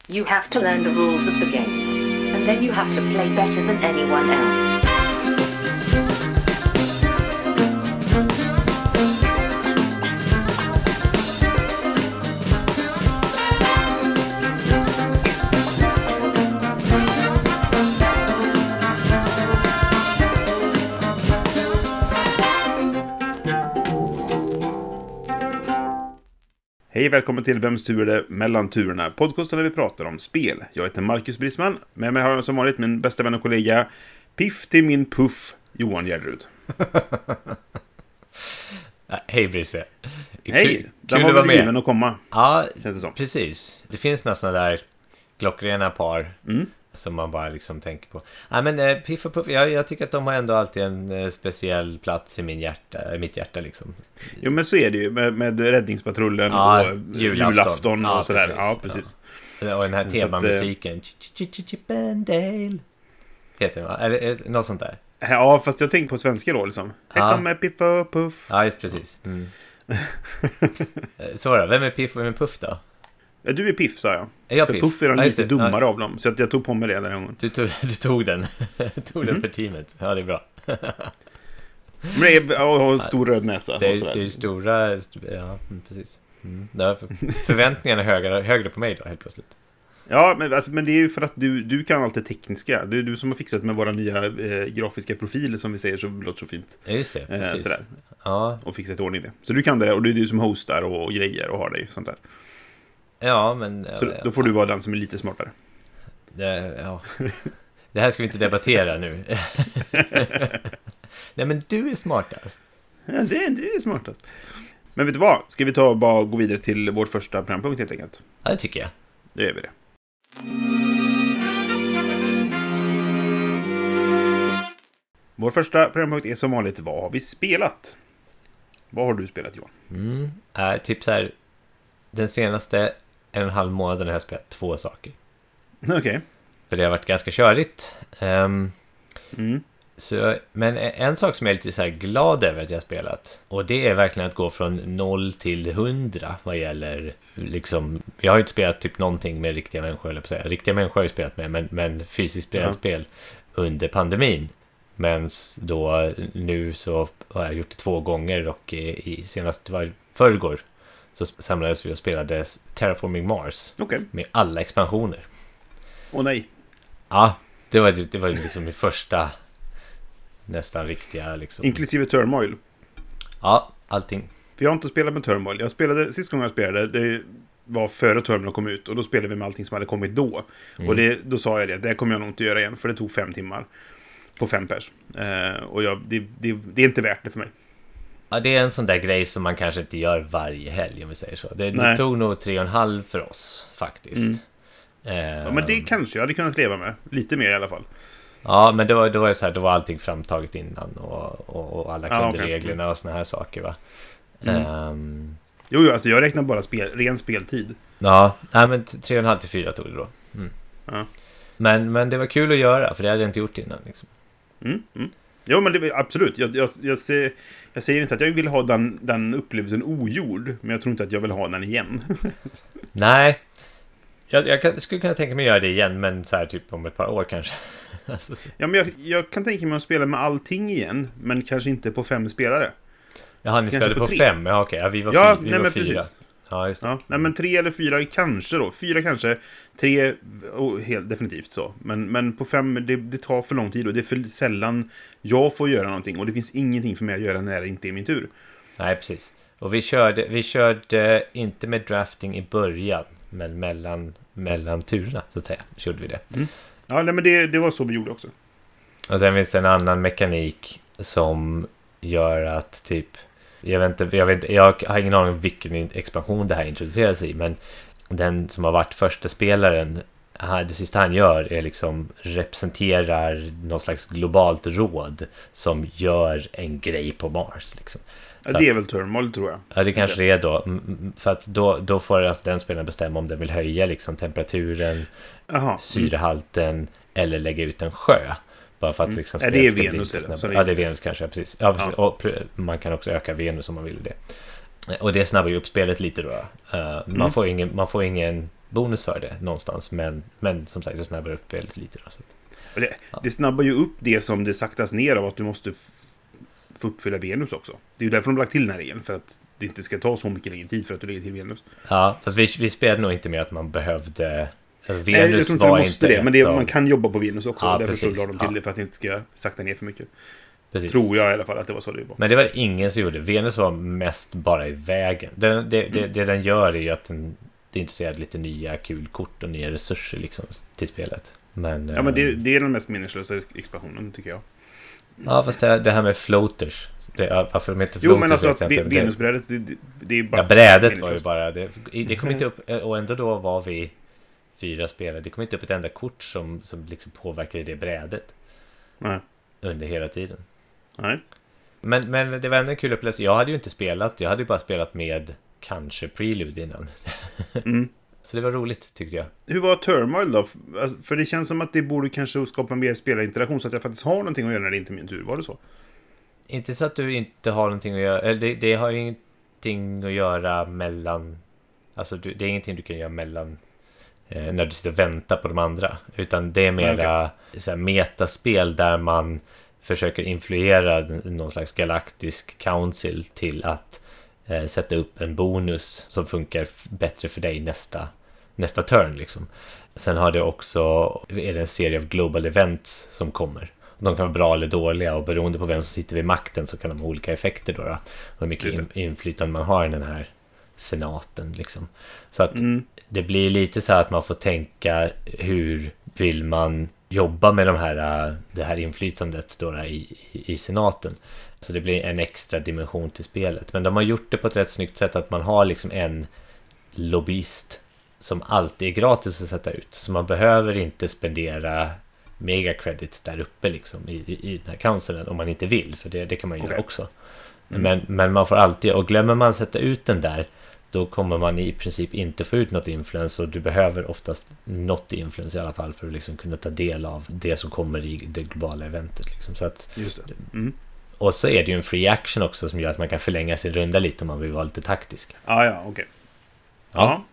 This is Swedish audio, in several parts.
You have to learn the rules of the game. And then you have to play better than anyone else. Hej, välkommen till Vems tur är det mellan turerna? Podcasten där vi pratar om spel. Jag heter Marcus Brisman. Med mig har jag som vanligt min bästa vän och kollega Piff till min puff, Johan Gärderud. Hej Brisse. Hej, där har vi given att komma. Ja, känns det som. Precis. Det finns några sådana där klockrena par som man bara liksom tänker på. Ja, men Piff och Puff, jag tycker att de har ändå alltid en speciell plats i mitt hjärta liksom. Jo, men så är det ju med Räddningspatrullen och julafton och sådär. Precis, ja, precis. Ja. Och den här temamusiken. Chip and Dale. Heter det, va? Eller något sånt där. Ja, fast jag tänker på svenska då liksom. Här kommer Piff och Puff. Ja, just precis. Så då, vem är Piff och vem är Puff då? Ja, du är Piff, sa jag. Är jag för Piff? Puff är lite dummare av dem. Så att jag tog på mig det den gången. Du tog den. Tog den för teamet. Ja, det är bra. Men det är en stor röd näsa. Det är stora... Ja, precis. Förväntningarna är högre på mig då, helt plötsligt. Ja, men det är ju för att du kan allt det tekniska. Det är du som har fixat med våra nya grafiska profiler, som vi säger, så låter så fint. Ja, just det, precis. Sådär. Ja. Och fixat ordning det. Så du kan det, och det är du som hostar och grejer och har det sånt där. Ja, men... Så då får du vara den som är lite smartare. Det här ska vi inte debattera nu. Nej, men du är smartast. Ja, du är smartast. Men vet du vad? Ska vi ta och bara gå vidare till vår första programpunkt helt enkelt? Ja, det tycker jag. Då gör vi det. Vår första programpunkt är som vanligt: vad har vi spelat? Vad har du spelat, Johan? Typ så här, den senaste 1,5 månaden har jag spelat 2 saker. Okej. För det har varit ganska körigt. Men en sak som jag är lite så här glad över att jag har spelat, och det är verkligen att gå från 0 till 100 vad gäller liksom, jag har ju inte spelat typ någonting med riktiga människor, eller på att säga. Riktiga människor har jag spelat med, men fysiskt spelat spel under pandemin. Men då nu så har jag gjort det 2 gånger, och senast var förrgår så samlades vi och spelade Terraforming Mars med alla expansioner. Åh nej. Ja, det var liksom min första nästan riktiga liksom. Inklusive Turmoil. Ja, allting. För jag har inte spelat med Turmoil. Sist gången jag spelade, det var före Turmoil kom ut, och då spelade vi med allting som hade kommit då. Och då sa jag det kommer jag nog inte göra igen, för det tog 5 timmar på 5 pers. Och det är inte värt det för mig. Ja, det är en sån där grej som man kanske inte gör varje helg, om vi säger så. Det tog nog 3,5 för oss faktiskt. Ja, men det kanske jag hade kunnat leva med. Lite mer i alla fall. Ja, men det var så här, då var allting framtaget innan, och alla kunde reglerna och såna här saker, va? Jo, alltså jag räknar bara ren speltid. Ja, men 3,5 till 4 tog det då. Ja. Men det var kul att göra, för det hade jag inte gjort innan liksom. Jo, men det absolut. Jag säger inte att jag vill ha den upplevelsen ogjord, men jag tror inte att jag vill ha den igen. Nej. Jag skulle kunna tänka mig att göra det igen, men så här typ om ett par år kanske. Alltså, ja, men jag kan tänka mig att spela med allting igen, men kanske inte på 5 spelare. Jaha, ni spelade på 5? Ja, okej. Ja, vi var 4. Precis. Ja, just det. Ja, nej, men 3 eller 4 kanske då. 4 kanske. 3 helt definitivt så. Men på 5, det tar för lång tid, och det är för sällan jag får göra någonting. Och det finns ingenting för mig att göra när det inte är min tur. Nej, precis. Och vi körde inte med drafting i början, men mellan turerna, så att säga, körde vi det. Ja, nej, men det var så vi gjorde också. Och sen finns det en annan mekanik som gör att typ, jag har ingen aning om vilken expansion det här introduceras i, men den som har varit första spelaren, det sista han gör är liksom representerar någon slags globalt råd som gör en grej på Mars liksom. Ja, det är väl Turmoil, tror jag. Ja, det kanske är då. För att då får alltså den spelaren bestämma om den vill höja liksom temperaturen, syrehalten eller lägga ut en sjö. Bara för att liksom det är Venus. Ja, det är Venus kanske, precis. Ja, precis. Ja. Och man kan också öka Venus om man vill det. Och det snabbar ju upp spelet lite då. Man får ingen bonus för det någonstans. Men som sagt, det snabbar upp spelet lite. Då, så. Det snabbar ju upp det som det saktas ner av att du måste få uppfylla Venus också. Det är ju därför de har lagt till den här regeln, för att det inte ska ta så mycket längre tid för att du lägger till Venus. Ja, fast vi spelade nog inte med att man behövde... Venus. Nej, jag tror inte var du måste inte det, men man kan jobba på Venus också. Ja, därför precis. så la de till det, för att det inte ska sakta ner för mycket. Precis. Tror jag i alla fall att det var så det var. Men det var ingen som gjorde. Venus var mest bara i vägen. Det den gör är ju att den intresserar lite nya kul kort och nya resurser liksom till spelet. Men det är den mest meningslösa expansionen, tycker jag. Ja, fast det här med floaters. Varför de inte floaters? Jo, men alltså att Venusbrädet, det är bara... Ja, brädet var ju bara... Det kom inte upp... Och ändå då var vi 4 spelare. Det kom inte upp ett enda kort som liksom påverkade det brädet. Nej. Under hela tiden. Nej. Men det var ändå en kul upplevelse. Jag hade ju inte spelat. Jag hade ju bara spelat med kanske Prelude innan. Så det var roligt, tyckte jag. Hur var Turmoil då? Alltså, för det känns som att det borde kanske skapa mer spelarinteraktion, så att jag faktiskt har någonting att göra när det inte är min tur. Var det så? Inte så att du inte har någonting att göra. Eller det har ju ingenting att göra mellan... Alltså det är ingenting du kan göra mellan när du sitter och väntar på de andra. Utan det är mera så här, metaspel där man försöker influera någon slags galaktisk council till att sätta upp en bonus som funkar bättre för dig nästa turn liksom. Sen har det också är det en serie av global events som kommer. De kan vara bra eller dåliga, och beroende på vem som sitter vid makten så kan de ha olika effekter då. Hur mycket inflytande man har i den här senaten liksom. Så att det blir lite så här att man får tänka, hur vill man jobba med det här inflytandet då i senaten. Så det blir en extra dimension till spelet. Men de har gjort det på ett rätt snyggt sätt, att man har liksom en lobbyist som alltid är gratis att sätta ut. Så man behöver inte spendera mega credits där uppe liksom i den här councilen om man inte vill, för det kan man göra också. Men man får alltid, och glömmer man sätta ut den där, då kommer man i princip inte få ut något influens, och du behöver oftast något influens i alla fall för att liksom kunna ta del av det som kommer i det globala eventet liksom. Så att, just det. Och så är det ju en free action också som gör att man kan förlänga sin runda lite om man vill vara lite taktisk. Okej. Ja.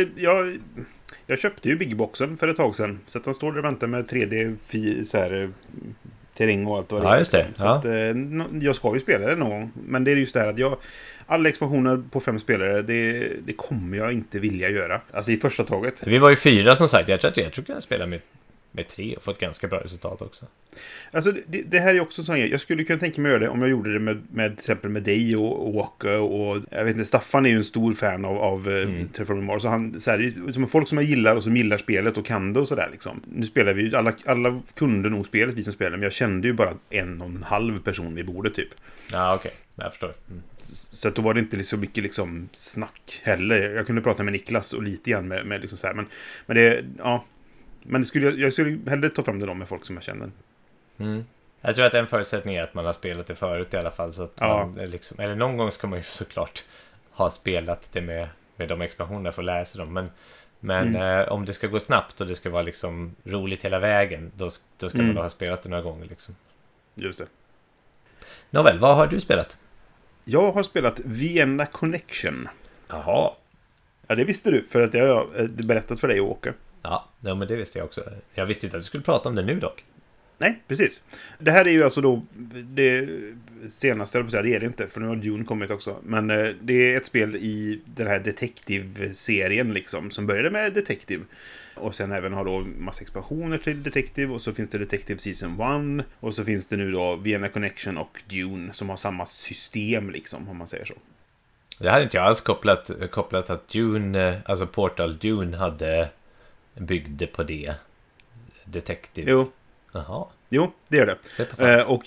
Jag köpte ju Big Boxen för ett tag sedan, så att den står där och väntar med 3D så här, terräng och allt vad det är. Just det. Så att, jag ska ju spela det någon gång. Men det är just det här att alla expansioner på 5 spelare, det kommer jag inte vilja göra. Alltså i första taget. Vi var ju 4 som sagt. Jag tror att jag spelar med 3 och fått ganska bra resultat också. Alltså det här är också så här, jag skulle kunna tänka mig att göra det om jag gjorde det med till exempel med dig och Walker, och jag vet inte, Staffan är ju en stor fan av Terraforming Mars, så han så här, som folk som jag gillar och som gillar spelet och kan det och sådär liksom. Nu spelar vi ju, alla kunde nog spelet vi som spelar, men jag kände ju bara 1,5 person vid bordet typ. Ja, okej. Jag förstår. Så att då var det inte så mycket liksom snack heller. Jag kunde prata med Niklas och lite grann med liksom så här, men det, ja. Men jag skulle hellre ta fram det då med folk som jag känner. Jag tror att en förutsättning är att man har spelat det förut i alla fall. Så att man liksom, eller någon gång ska man ju såklart ha spelat det med de expansionerna för att lära sig dem. Men om det ska gå snabbt och det ska vara liksom roligt hela vägen, då ska man då ha spelat det några gånger liksom. Just det. Nåväl, vad har du spelat? Jag har spelat Vienna Connection. Jaha. Ja, det visste du, för att jag har berättat för dig och Åke. Ja, men det visste jag också. Jag visste inte att du skulle prata om det nu dock. Nej, precis. Det här är ju alltså då det senaste, det är det inte, för nu har Dune kommit också. Men det är ett spel i den här Detective-serien liksom, som började med Detective. Och sen även har då massa expansioner till Detective, och så finns det Detective Season 1, och så finns det nu då Vienna Connection och Dune som har samma system liksom, om man säger så. Det hade inte jag alls kopplat att Dune, alltså Portal Dune byggde på det. Detective. Jo. Jaha. Jo, det gör det. Och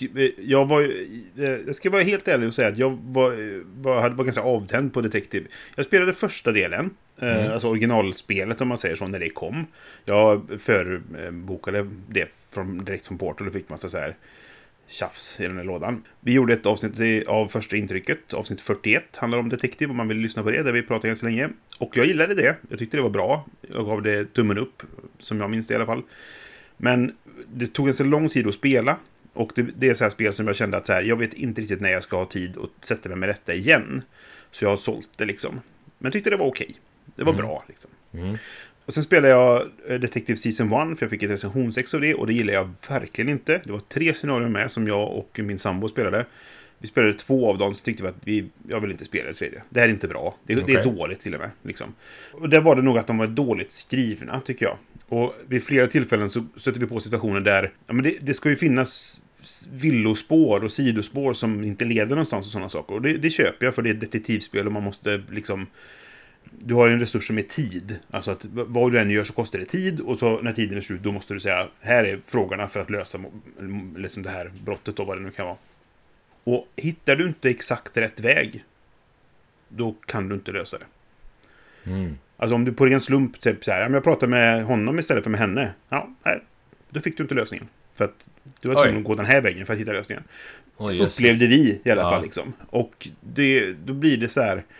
jag ska vara helt ärlig och säga att jag var ganska avtänd på Detective. Jag spelade första delen, alltså originalspelet om man säger så, när det kom. Jag förbokade det direkt från Portal och fick massa så här tjafs i den här lådan. Vi gjorde ett avsnitt av första intrycket, avsnitt 41, handlar om Detective, om man vill lyssna på det, där vi pratade ganska länge. Och jag gillade det, jag tyckte det var bra. Jag gav det tummen upp, som jag minns det i alla fall. Men det tog en så lång tid att spela, och det är så här spel som jag kände att så här, jag vet inte riktigt när jag ska ha tid att sätta mig med detta igen. Så jag har sålt det liksom. Men jag tyckte det var okej. Det var bra liksom. Och sen spelade jag Detective Season 1, för jag fick ett recensionsex av det, och det gillar jag verkligen inte. Det var 3 scenarier med som jag och min sambo spelade. Vi spelade 2 av dem, så tyckte vi att jag vill inte spela det tredje. Det här är inte bra. Det är dåligt till och med. Liksom. Och där var det nog att de var dåligt skrivna, tycker jag. Och vid flera tillfällen så stötte vi på situationer där men det ska ju finnas villospår och sidospår som inte leder någonstans och sådana saker. Och det köper jag, för det är ett detektivspel och man måste liksom... Du har en resurs som är tid. Alltså att vad du än gör så kostar det tid, och så när tiden är slut då måste du säga här är frågorna för att lösa liksom det här brottet och vad det nu kan vara. Och hittar du inte exakt rätt väg, då kan du inte lösa det. Alltså om du på ren slump typ så här, jag pratar med honom istället för med henne. Ja, nej, då fick du inte lösningen. För att du var tvungen att gå den här vägen för att hitta lösningen. Upplevde vi i alla fall liksom. Och då blir det så här...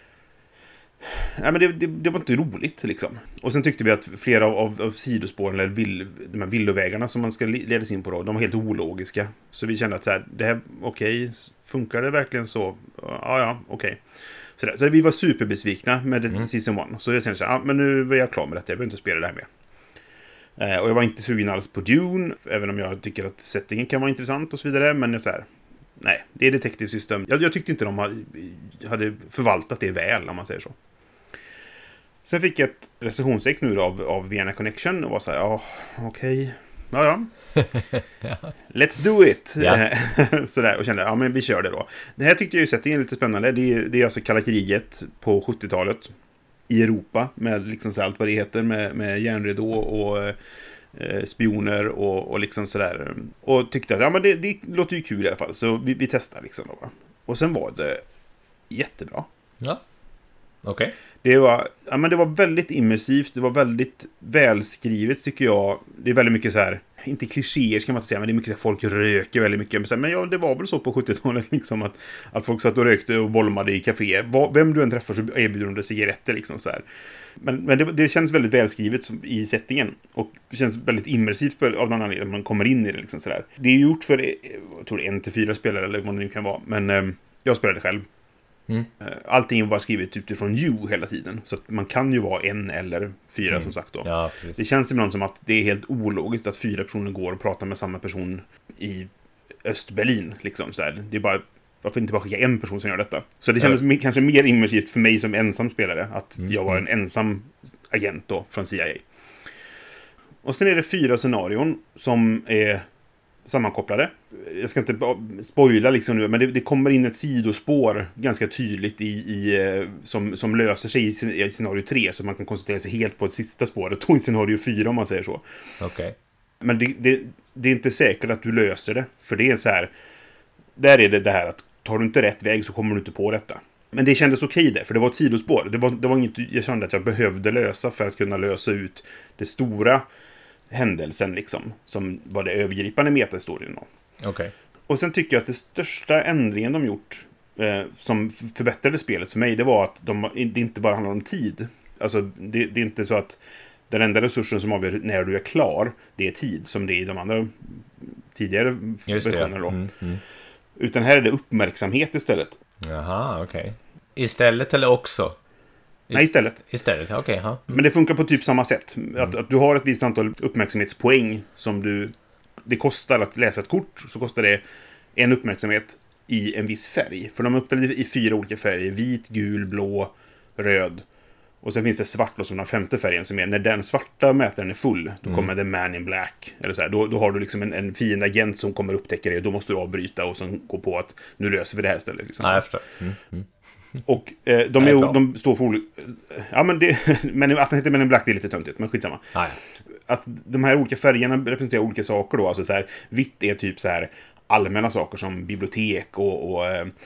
Nej, men det var inte roligt liksom. Och sen tyckte vi att flera av sidospåren eller de här villovägarna som man ska ledas in på då, de var helt ologiska. Så vi kände att så här, det här, okej, funkar det verkligen så? Ja, okej. Så vi var superbesvikna med Season 1. Så jag kände så här, men nu är jag klar med detta, jag behöver inte spela det här mer. Och jag var inte sugen alls på Dune, även om jag tycker att settingen kan vara intressant och så vidare. Men så här, nej, det är Detective System. Jag tyckte inte de hade förvaltat det väl, om man säger så. Sen fick jag ett recensionsex nu av Vienna Connection och var så här, okej. Ja. Let's do it. Sådär, och kände, men vi kör det då. Det här tyckte jag ju settingen lite spännande. Det är alltså kalla kriget på 70-talet i Europa, med liksom så allt vad det heter, med järnridå och spioner och liksom sådär. Och tyckte att men det låter ju kul i alla fall, så vi testar liksom då. Och sen var det jättebra. Ja. Okej. Det var väldigt immersivt, det var väldigt välskrivet tycker jag. Det är väldigt mycket så här, inte klichéer ska man inte säga, men det är mycket att folk röker väldigt mycket. Men det var väl så på 70-talet liksom att folk satt och rökte och bolmade i kaféer. Vem du än träffar så erbjuder de cigaretter liksom så här. Men det känns väldigt välskrivet i settingen, och det känns väldigt immersivt av någon anledning att man kommer in i det liksom så där. Det är gjort för, jag tror 1-4 spelare eller vad det nu kan vara, men jag spelade själv. Allting är bara skrivet utifrån you hela tiden. Så att man kan ju vara 1 eller 4 som sagt då. Ja, det känns ibland som att det är helt ologiskt att 4 personer går och pratar med samma person i Östberlin liksom så här. Det är bara, varför inte bara skicka en person som gör detta? Så det kändes kanske mer immersivt för mig som ensam spelare att jag var en ensam agent då från CIA. Och sen är det 4 scenarion som är sammankopplade. Jag ska inte spoila liksom nu, men det kommer in ett sidospår ganska tydligt som löser sig i scenario 3, så man kan koncentrera sig helt på ett sista spåret och i scenario 4 om man säger så. Okej. Men det är inte säkert att du löser det, för det är så här, där är det här att tar du inte rätt väg så kommer du inte på detta. Men det kändes okej där, för det var ett sidospår. Det var inget jag kände att jag behövde lösa för att kunna lösa ut det stora händelsen liksom, som var det övergripande metahistorien då. Okej. Och sen tycker jag att det största ändringen de gjort som förbättrade spelet för mig, det var att det inte bara handlar om tid. Alltså det är inte så att den enda resursen som avgör när du är klar, det är tid, som det är i de andra tidigare versionerna då. Utan här är det uppmärksamhet istället. Jaha, okej. Istället eller också? Nej, istället. Istället, okej. Men det funkar på typ samma sätt. Att du har ett visst antal uppmärksamhetspoäng som det kostar att läsa ett kort, så kostar det en uppmärksamhet i en viss färg. För de är uppdelade i 4 olika färger. Vit, gul, blå, röd. Och sen finns det svart då, som den 5:e färgen, som är när den svarta mätaren är full, då kommer the man in black. Eller så här. Då har du liksom en fin agent som kommer upptäcka det, och då måste du avbryta och sen gå på att nu löser vi det här stället. Liksom. Ja, jag förstår. Och de står för olika... Ja, men att den heter Men in Black, det är lite töntigt, men skitsamma. Ja. Att de här olika färgerna representerar olika saker då. Alltså så här, vitt är typ så här allmänna saker som bibliotek och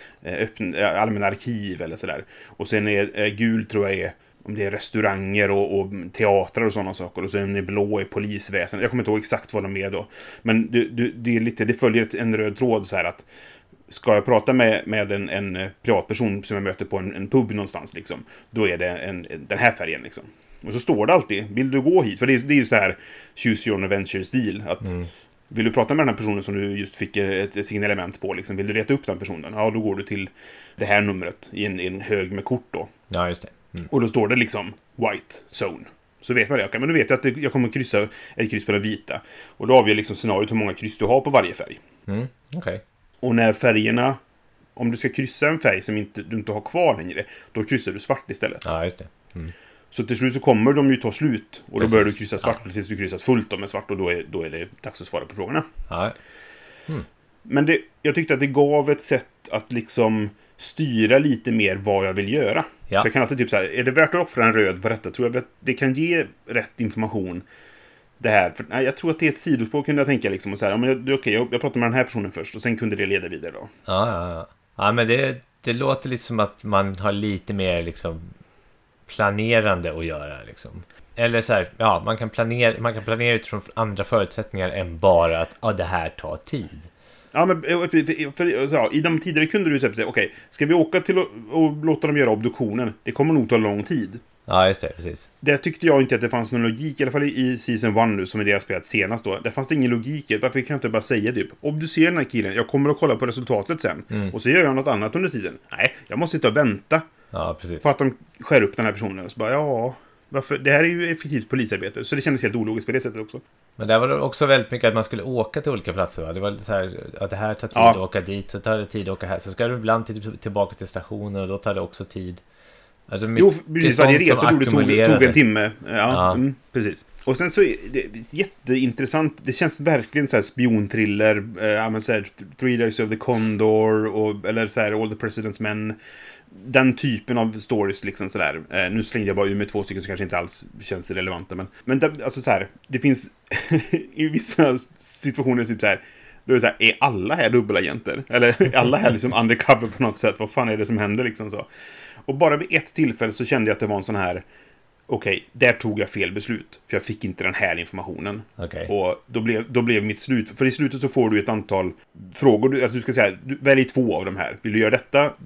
allmänna arkiv eller sådär. Och sen är gul, tror jag, är om det är restauranger och teatrar och sådana saker. Och sen är blå i polisväsen. Jag kommer inte ihåg exakt vad de är då. Men det följer en röd tråd så här att ska jag prata med en privatperson som jag möter på en pub någonstans liksom, då är det den här färgen liksom. Och så står det alltid, vill du gå hit? För det är ju så här choose your own adventure-stil, att vill du prata med den här personen som du just fick ett signalement på liksom, vill du leta upp den personen? Ja, då går du till det här numret i en hög med kort då. Ja, just det. Och då står det liksom white zone. Så vet man det. Okay, men då vet jag att jag kommer att kryssa ett kryss på den vita. Och då avgör liksom scenariot hur många kryss du har på varje färg. Okej. Och när färgerna... Om du ska kryssa en färg som du inte har kvar längre, då kryssar du svart istället. Ja, just det. Så till slut så kommer de ju ta slut. Och Precis. då börjar du kryssa svart tills du kryssat fullt med svart. Och då är det dags att svara på frågorna. Ja. Men jag tyckte att det gav ett sätt att liksom styra lite mer vad jag vill göra. Ja. Så jag kan alltid typ så här, är det värt att offra en röd på detta? Tror jag att det kan ge rätt information. Det här. För, nej, jag tror att det är ett sidospår, kunde jag tänka liksom. Och så här, ja, men jag pratar med den här personen först. Och sen kunde det leda vidare då. Ja, men det låter lite som att man har lite mer liksom planerande att göra liksom. Eller så här, ja, man kan planera utifrån andra förutsättningar än bara att det här tar tid. Ja, men i de tidigare kunde du säga okej, ska vi åka till och låta dem göra obduktionen? Det kommer nog ta lång tid. Ja, just det, precis. Det tyckte jag inte att det fanns någon logik, i alla fall i Season 1 nu, som är det jag spelat senast då. Där fanns det ingen logik. Varför kan jag inte bara säga typ, obducera den här killen, jag kommer att kolla på resultatet sen. Och så gör jag något annat under tiden. Nej, jag måste sitta och vänta på att de skär upp den här personen. Och så bara, ja, varför? Det här är ju effektivt polisarbete. Så det kändes helt ologiskt på det sättet också. Men där var det också väldigt mycket att man skulle åka till olika platser, va? Det var lite så här att det här tar tid att åka dit, så tar det tid att åka här. Så ska du ibland tillbaka till stationen och då tar det också tid. Alltså precis, varje resa tog en timme. Precis. Och sen så är det jätteintressant. Det känns verkligen så här spionthriller, så här, Three Days of the Condor eller så här All the President's Men. Den typen av stories liksom sådär. Nu slängde jag bara ur med 2 stycken som kanske inte alls känns relevanta. Men alltså så här, det finns i vissa situationer typ så här. Då är det så här, är alla här dubbelagenter? Eller är alla här liksom undercover på något sätt? Vad fan är det som händer liksom så? Och bara vid ett tillfälle så kände jag att det var en sån här, okej, där tog jag fel beslut. För jag fick inte den här informationen. Okay. Och då blev mitt slut. För i slutet så får du ett antal frågor. Alltså du ska säga, välj 2 av de här. Vill du göra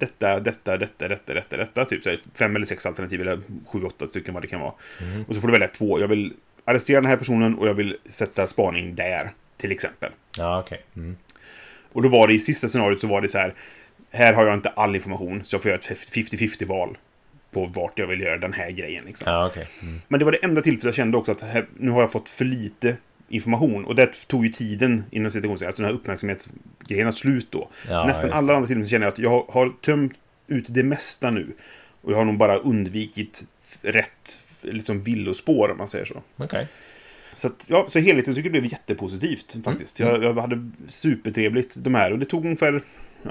detta? Typ så här, 5 eller 6 alternativ. Eller 7-8 stycken vad det kan vara. Och så får du välja 2. Jag vill arrestera den här personen och jag vill sätta spaning där. Till exempel. Ja, okej. Och då var det i sista scenariot så var det så här har jag inte all information. Så jag får göra ett 50-50 val på vart jag vill göra den här grejen liksom. Ja, okay. Men det var det enda tillfället jag kände också att nu har jag fått för lite information. Och det tog ju tiden inom situationen, alltså den här uppmärksamhetsgrejen att slut då. Ja, nästan alla andra tillfällen känner jag att jag har tömt ut det mesta nu. Och jag har nog bara undvikit rätt liksom villospår om man säger så. Okay. Så att, ja, så helheten tycker jag blev jättepositivt faktiskt. Jag hade supertrevligt de här. Och det tog ungefär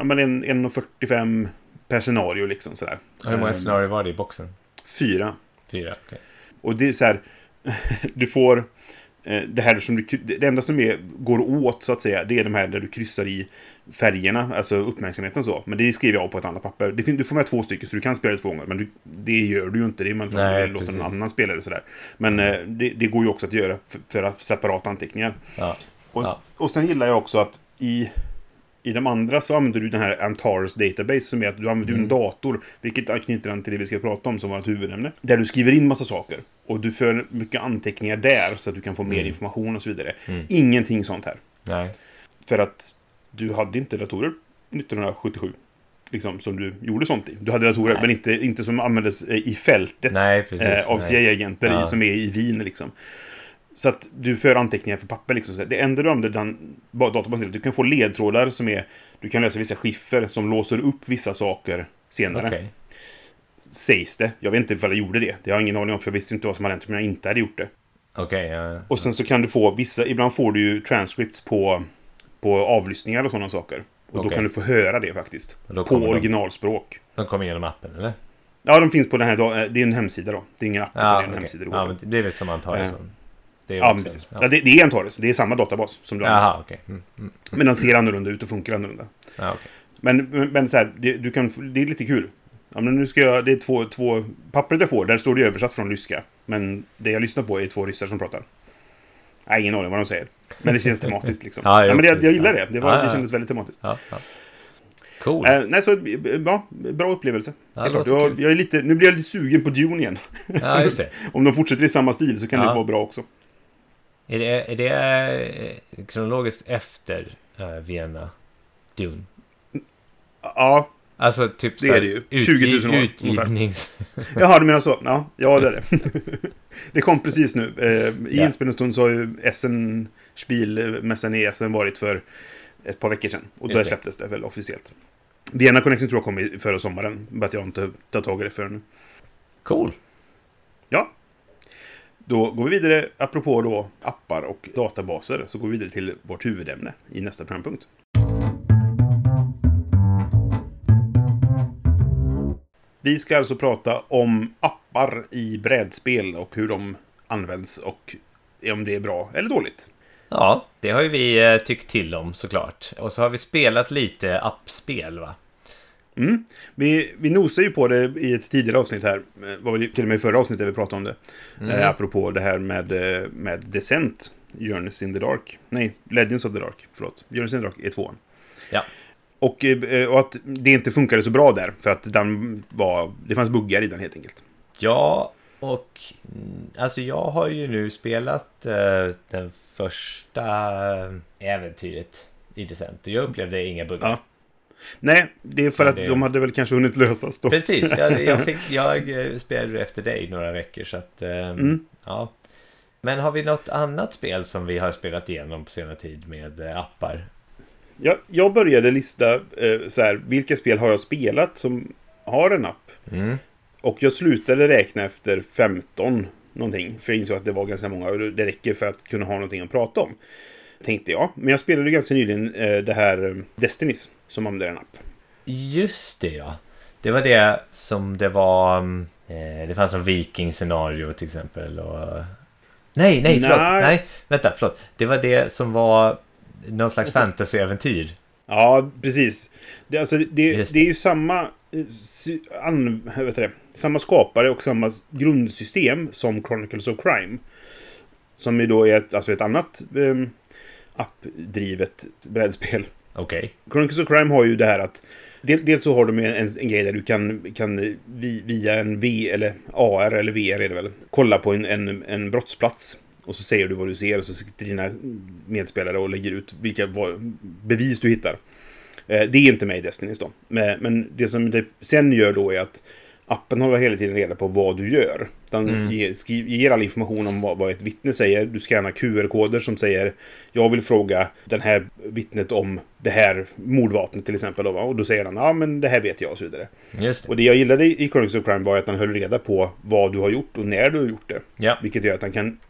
1,45 per scenario liksom sådär. Hur många scenarier var det i boxen? 4. 4, okej. Och det är så här, du får det här som det enda som går åt så att säga, det är de här där du kryssar i färgerna, alltså uppmärksamheten så. Men det skriver jag av på ett annat papper. Du får med 2 stycken så du kan spela det 2 gånger, men det gör du ju inte. Det är man låter någon annan spela det sådär. Men det går ju också att göra för separata anteckningar. Ja. Och sen gillar jag också att i de andra så använder du den här Antares database som är att du använder en dator, vilket anknyter an till det vi ska prata om som vårt huvudämne. Där du skriver in massa saker. Och du för mycket anteckningar där så att du kan få mer information och så vidare. Ingenting sånt här. Nej. För att du hade inte datorer 1977. Liksom som du gjorde sånt i. Du hade datorer men inte som användes i fältet. Nej, precis. Av CIA-agenter som är i Wien liksom. Så att du för anteckningar för papper liksom. Det enda du använder den databasen, du kan få ledtrådar som är, du kan lösa vissa skiffer som låser upp vissa saker senare. Okay. Sägs det. Jag vet inte ifall jag gjorde det. Det har jag ingen aning om, för jag visste inte vad som hade hänt om jag inte hade gjort det. Okay, och sen så kan du få ibland får du ju transcripts på avlyssningar och sådana saker. Och då kan du få höra det faktiskt. På originalspråk. De kommer genom appen, eller? Ja, de finns på den här, det är en hemsida då. Det är ingen app, det är en hemsida. Ja, men det är väl som Antares. Det är Antares. Det är samma databas som du har. Jaha, okej. Men den ser annorlunda ut och funkar annorlunda. Ja, okay. Men så här, det är lite kul. Ja, men nu ska jag, det är två pappret jag får, där står det översatt från ryska. Men det jag lyssnar på är 2 ryssar som pratar. Nej, ingen aning vad de säger. Men det känns tematiskt liksom. Men jag gillar det. Det kändes väldigt tematiskt. Ja. Cool. Nej, så bra upplevelse. Jag är lite, nu blir jag lite sugen på Dune igen. Ja, just det. Om de fortsätter i samma stil så kan det vara bra också. Är det kronologiskt efter Vienna Dune? Ja, Alltså typ Det är det ju. 20 000 år, utgivnings... Jaha, du menar så? Ja, det är det. Det kom precis nu. I inspelningsstund så har ju Spielmässan i Essen varit för ett par veckor sedan. Och där släpptes det väl officiellt. Vienna Connection tror jag kom i förra sommaren. Bara att jag inte tar tag i det förrän nu. Cool. Ja. Då går vi vidare, apropå då appar och databaser, så går vi vidare till vårt huvudämne i nästa programpunkt. Vi ska alltså prata om appar i brädspel och hur de används och om det är bra eller dåligt. Ja, det har ju vi tyckt till om såklart. Och så har vi spelat lite appspel, va? Mm. Vi nosar ju på det i ett tidigare avsnitt här. Var väl till och med i förra avsnittet vi pratade om det. Apropå det här med Descent, Journeys in the Dark. Nej, Legends of the Dark, förlåt. Journeys in the Dark är 2. Ja. Och att det inte funkade så bra där. För att det fanns buggar i den helt enkelt. Ja, och alltså jag har ju nu spelat den första äventyret i Descent. Och jag upplevde inga buggar. Ja. Nej, det är för att de hade väl kanske hunnit lösas då. Precis, jag spelade efter dig några veckor så att, ja. Men har vi något annat spel som vi har spelat igenom på senare tid med appar? Ja, jag började lista så här, vilka spel har jag spelat som har en app? Och jag slutade räkna efter 15 någonting, för jag insåg att det var ganska många och det räcker för att kunna ha någonting att prata om. Tänkte jag. Men jag spelade ganska nyligen det här Destinys som använder en app. Just det, ja. Det var det som det var... det fanns någon viking-scenario till exempel. Och... Nej, förlåt. Nej, vänta, förlåt. Det var det som var någon slags fantasy-äventyr. Ja, precis. Det är ju samma... samma skapare och samma grundsystem som Chronicles of Crime. Som ju då är ett annat... appdrivet brädspel. Okej. Chronicles of Crime har ju det här att dels så har de en grej där du kan via en V eller AR eller VR är det väl, kolla på en brottsplats och så säger du vad du ser och så sitter dina medspelare och lägger ut vilka bevis du hittar. Det är inte med i Destinys då. Men det som det sen gör då är att appen håller hela tiden reda på vad du gör. Den ger all information om vad ett vittne säger. Du scannar QR-koder som säger jag vill fråga den här vittnet om det här mordvapnet till exempel. Och då säger han, ja men det här vet jag och så vidare. Just det. Och det jag gillade i Chronicles of Crime var att han höll reda på vad du har gjort och när du har gjort det. Ja. Vilket gör att han kan...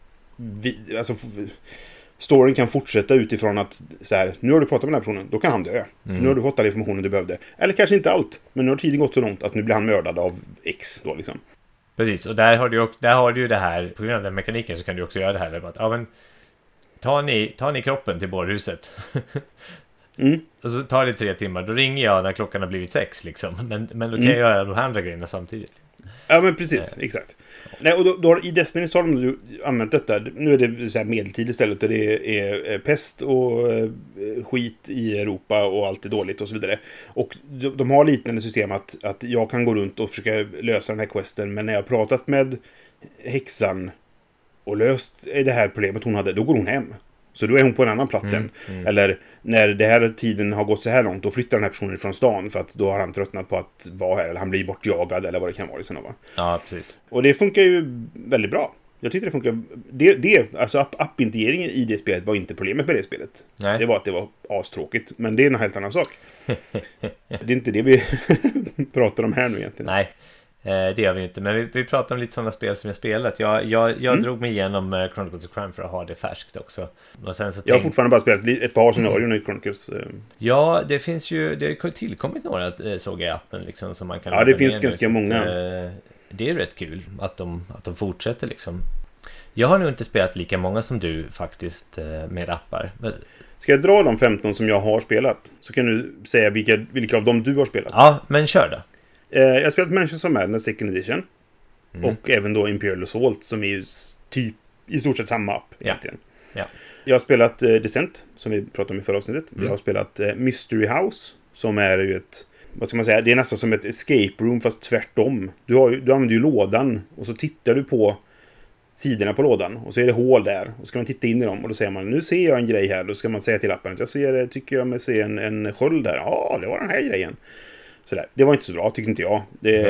storyn kan fortsätta utifrån att så här, nu har du pratat med den här personen, då kan han dö. För nu har du fått all informationen du behövde. Eller kanske inte allt, men nu har tiden gått så långt att nu blir han mördad av X då liksom. Precis, och där har du ju det här, på grund av den mekaniken så kan du också göra det här att, ja men ta ni kroppen till bårhuset. Och så tar det 3 timmar, då ringer jag när klockan har blivit 6 liksom. Men då kan jag göra de här andra grejerna samtidigt. Ja, men precis, exakt. Nej, och då i Destiny så har de använt detta. Nu är det så här medeltid istället och det är pest och skit i Europa och allt är dåligt och så vidare. Och de har liknande system att jag kan gå runt och försöka lösa den här questen, men när jag har pratat med häxan och löst det här problemet hon hade, då går hon hem. Så då är hon på en annan plats sen. Eller när det här tiden har gått så här långt, då flyttar den här personen från stan för att då har han tröttnat på att vara här. Eller han blir bortjagad eller vad det kan vara. Va? Ja, precis. Och det funkar ju väldigt bra. Jag tyckte det funkar... Alltså appintegreringen i det spelet var inte problemet med det spelet. Nej. Det var att det var astråkigt. Men det är en helt annan sak. Det är inte det vi pratar om här nu egentligen. Nej. Det gör vi inte, men vi pratar om lite sådana spel som jag spelat. Jag drog mig igenom Chronicles of Crime för att ha det färskt också. Och sen så jag har fortfarande bara spelat ett par scenarion i Chronicles. Ja, det har tillkommit några såg jag i appen liksom, som man kan... Ja, det finns ganska många. Det är rätt kul att de fortsätter liksom. Jag har nog inte spelat lika många som du faktiskt med appar. Ska jag dra de 15 som jag har spelat? Så kan du säga vilka av dem du har spelat. Ja, men kör då. Jag har spelat Mansions of Madness Second Edition. Och även då Imperial Assault som är ju typ i stort sett samma app egentligen. Ja. Jag har spelat Descent som vi pratade om i förra avsnittet. Jag har spelat Mystery House som är ju ett, vad ska man säga, det är nästan som ett escape room fast tvärtom. Du använder ju lådan och så tittar du på sidorna på lådan och så är det hål där och så ska man titta in i dem och då säger man, nu ser jag en grej här, då ska man säga till appen att tycker jag mig se en sköld där. Ja, det var den här grejen. Sådär. Det var inte så bra, tyckte inte jag.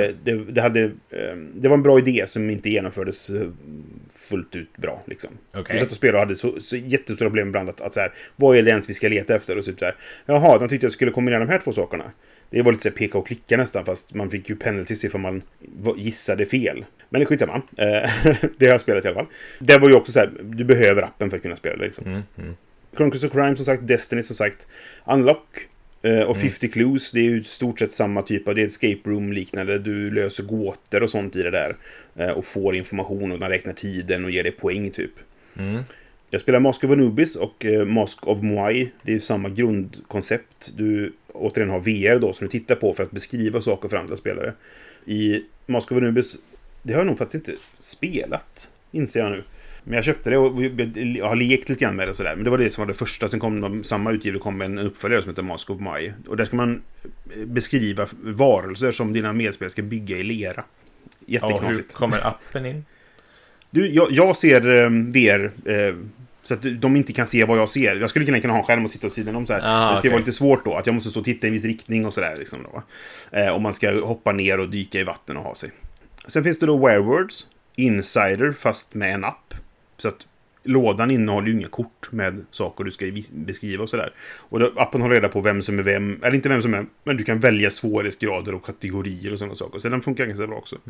Det var en bra idé som inte genomfördes fullt ut bra. Liksom. Okay. Vi satt och spelade och hade så jättestora problem ibland att så här, vad är det ens vi ska leta efter? Och så där. Jaha, de tyckte jag skulle kombinera de här två sakerna. Det var lite så här peka och klicka nästan, fast man fick ju penalties ifall man gissade fel. Men det är skitsamma. Det har jag spelat i alla fall. Det var ju också så här, du behöver appen för att kunna spela det. Liksom. Chronicles of Crime, som sagt, Destiny, som sagt, Unlock och 50 Clues, det är ju stort sett samma typ av, det är ett escape room liknande, du löser gåtor och sånt i det där och får information och den räknar tiden och ger dig poäng typ. Jag spelar Mask of Anubis och Mask of Moai, det är ju samma grundkoncept, du återigen har VR då som du tittar på för att beskriva saker för andra spelare. I Mask of Anubis, det har jag nog faktiskt inte spelat, inser jag nu. Men jag köpte det och jag har lekt lite grann med det sådär. Men det var det som var det första. Sen kom samma utgivare, kom en uppföljare som heter Mask of Mai. Och där ska man beskriva varelser som dina medspelare ska bygga i lera. Jätteknasigt. Hur kommer appen in? Jag ser VR så att de inte kan se vad jag ser. Jag skulle kunna ha en skärm och sitta åt sidan om så här. Det ska vara lite svårt då. Att jag måste stå och titta i en viss riktning och sådär. Liksom då. Om man ska hoppa ner och dyka i vatten och ha sig. Sen finns det då Werewords Insider fast med en app. Så att lådan innehåller ju inga kort med saker du ska beskriva och sådär. Och då, appen har reda på vem som är vem. Eller inte vem som är, men du kan välja svårighetsgrader och kategorier och sådana saker. Så den funkar ganska bra också.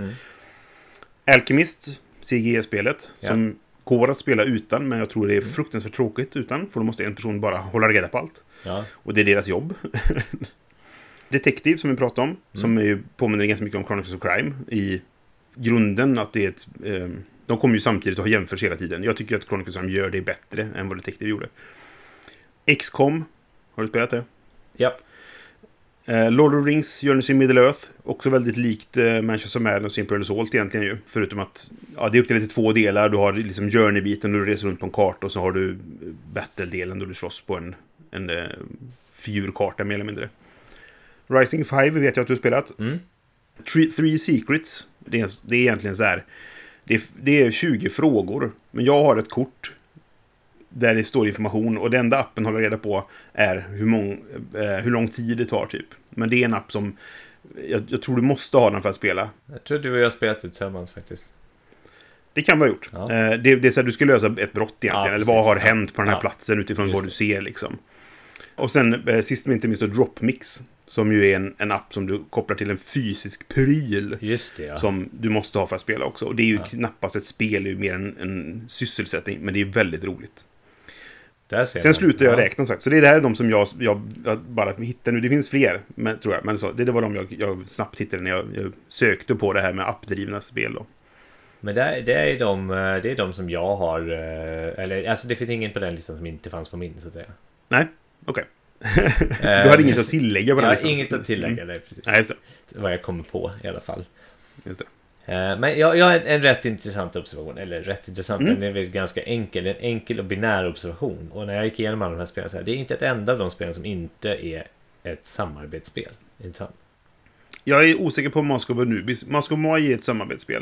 Alchemist, CGE-spelet, som går att spela utan, men jag tror det är fruktansvärt tråkigt utan. För då måste en person bara hålla reda på allt. Ja. Och det är deras jobb. Detective, som vi pratade om, som är ju påminner ganska mycket om Chronicles of Crime i grunden, att det är ett... de kommer ju samtidigt och har jämförts hela tiden. Jag tycker att Chronicles of Crime gör det bättre än vad Detective gjorde. XCOM, har du spelat det? Ja. Lord of the Rings, Journeys in Middle-earth, också väldigt likt Manchester Madness och Imperial Assault egentligen ju. Förutom att det är uppdelat i två delar. Du har liksom Journey-biten då du reser runt på en karta, och så har du Battle-delen då du slåss på en figurkarta mer eller mindre. Rising 5 vet jag att du har spelat. Three Secrets, det är egentligen så här. Det är 20 frågor, men jag har ett kort där det står information, och den enda appen håller reda på är hur lång tid det tar typ. Men det är en app som jag tror du måste ha den för att spela. Jag tror du och jag spelat det tillsammans faktiskt. Det kan vara gjort. Ja. Det är så att du ska lösa ett brott egentligen, eller vad har hänt på den här platsen utifrån vad du ser liksom. Och sen sist men inte minst då Dropmix, som ju är en app som du kopplar till en fysisk pryl. Just det, ja. Som du måste ha för att spela också. Och det är ju knappast ett spel, det är ju mer en sysselsättning, men det är väldigt roligt. Sen slutar jag räkna sagt. Så det är de som jag bara hittar nu. Det finns fler, men, tror jag. Men så, det var de jag snabbt hittade när jag sökte på det här med appdrivna spel då. Men det är de som jag har, eller alltså det finns ingen på den listan som inte fanns på min, så att säga. Nej, okej. Du hade inget att tillägga på den listan? Inget att tillägga, det är precis. Nej, just det. Vad jag kommer på i alla fall. Just det. Men jag har en rätt intressant observation. Eller rätt intressant, den är väl ganska enkel. En enkel och binär observation. Och när jag gick igenom alla de här spelen så här, det är inte ett enda av de spelen som inte är ett samarbetsspel. Intressant. Jag är osäker på Mask of Anubis. Mask of Mai är ett samarbetsspel.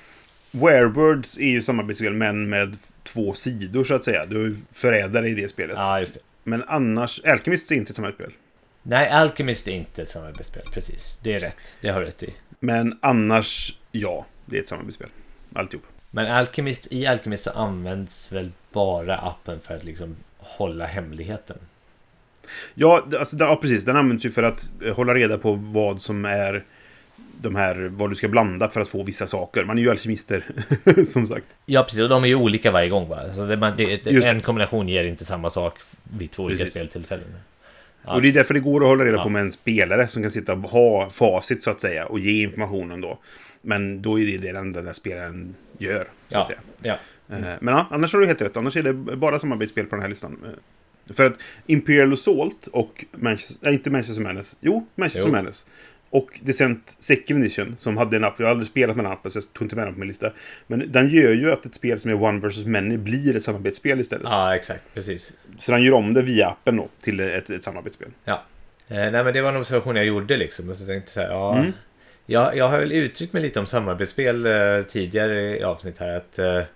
Werebirds är ju samarbetsspel, men med 2 sidor så att säga. Du förädlar i det spelet. Ja, just det. Men annars, Alchemist är inte ett samarbetsspel. Nej, Alchemist är inte ett samarbetsspel, precis. Det är rätt, det har rätt i. Men annars, ja, det är ett samarbetsspel. Alltihop. Men i Alchemist så används väl bara appen för att liksom hålla hemligheten? Ja, alltså, precis. Den används ju för att hålla reda på vad som är vad du ska blanda för att få vissa saker. Man är ju alkemister, som sagt. Ja, precis. Och de är ju olika varje gång, va? Alltså en kombination ger inte samma sak vid 2 olika speltillfällen. Ja. Och det är därför det går att hålla reda på med en spelare som kan sitta och ha facit så att säga och ge informationen då. Men då är det den där spelaren gör, så att säga. Ja. Men annars har du helt rätt. Annars är det bara samarbetsspel på den här listan. För att Imperial Assault och inte Manchester Madness. Jo, Manchester Madness. Och Descent Second Edition, som hade en app. Jag har aldrig spelat med den appen, så jag tog inte med den på min lista. Men den gör ju att ett spel som är One vs. Many blir ett samarbetsspel istället. Ja, exakt, precis. Så den gör om det via appen då, till ett samarbetsspel. Ja. Nej, men det var en observation jag gjorde liksom. Och så tänkte så här, jag har väl uttryckt mig lite om samarbetsspel tidigare i avsnitt här. Att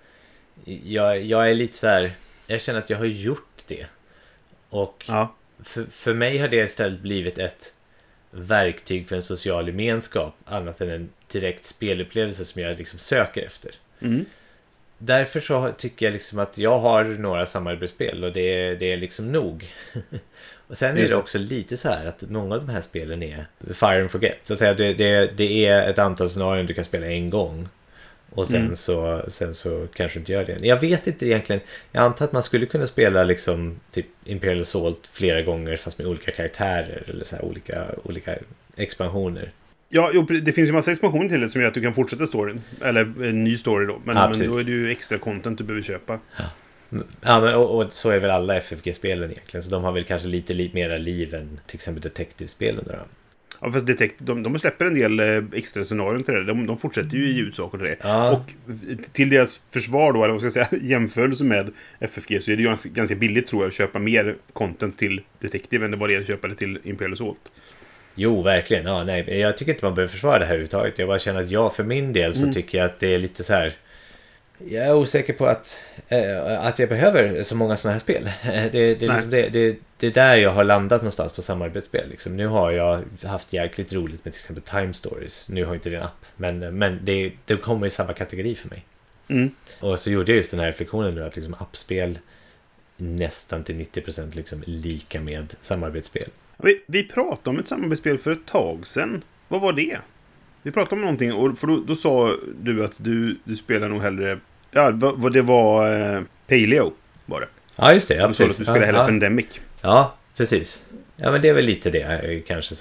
jag är lite så här, jag känner att jag har gjort det. Och för mig har det istället blivit ett verktyg för en social gemenskap annat än en direkt spelupplevelse som jag liksom söker efter. Därför så tycker jag liksom att jag har några samarbetsspel och det är liksom nog. Och sen är det också lite så här att många av de här spelen är Fire and Forget. Så att säga, det är ett antal scenarion du kan spela en gång. Och sen så kanske du inte gör det. Jag vet inte egentligen. Jag antar att man skulle kunna spela liksom typ Imperial Assault flera gånger fast med olika karaktärer eller så här olika expansioner. Ja, det finns ju massa expansioner till det som gör att du kan fortsätta storyn. Eller en ny story då. Men då är det ju extra content du behöver köpa. Ja, men, och så är väl alla FFG-spelen egentligen. Så de har väl kanske lite mera liv än till exempel Detective-spelen då. Ja, fast de släpper en del extra scenarion till det. De fortsätter ju i ljudsaker till det. Ja. Och till deras försvar då, eller vad ska jag säga, jämförelse med FFG, så är det ju ganska billigt tror jag att köpa mer content till Detective än det var det att köpa det till Imperial Assault. Jo, verkligen. Ja, nej, jag tycker inte man behöver försvara det här överhuvudtaget. Jag bara känner att jag för min del så tycker jag att det är lite så här. Jag är osäker på att jag behöver så många såna här spel. Det är där jag har landat någonstans på samarbetsspel. Liksom. Nu har jag haft jäkligt roligt med till exempel Time Stories. Nu har inte det en app. Men det kommer i samma kategori för mig. Och så gjorde jag just den här reflektionen nu att liksom appspel nästan till 90% liksom lika med samarbetsspel. Vi pratade om ett samarbetsspel för ett tag sedan. Vad var det? Vi pratade om någonting, och för då sa du att du spelar nog hellre... Ja, vad det var Paleo, var det. Ja, just det. Ja, du sa att du spelar hellre Pandemic. Ja, precis. Ja, men det är väl lite det kanske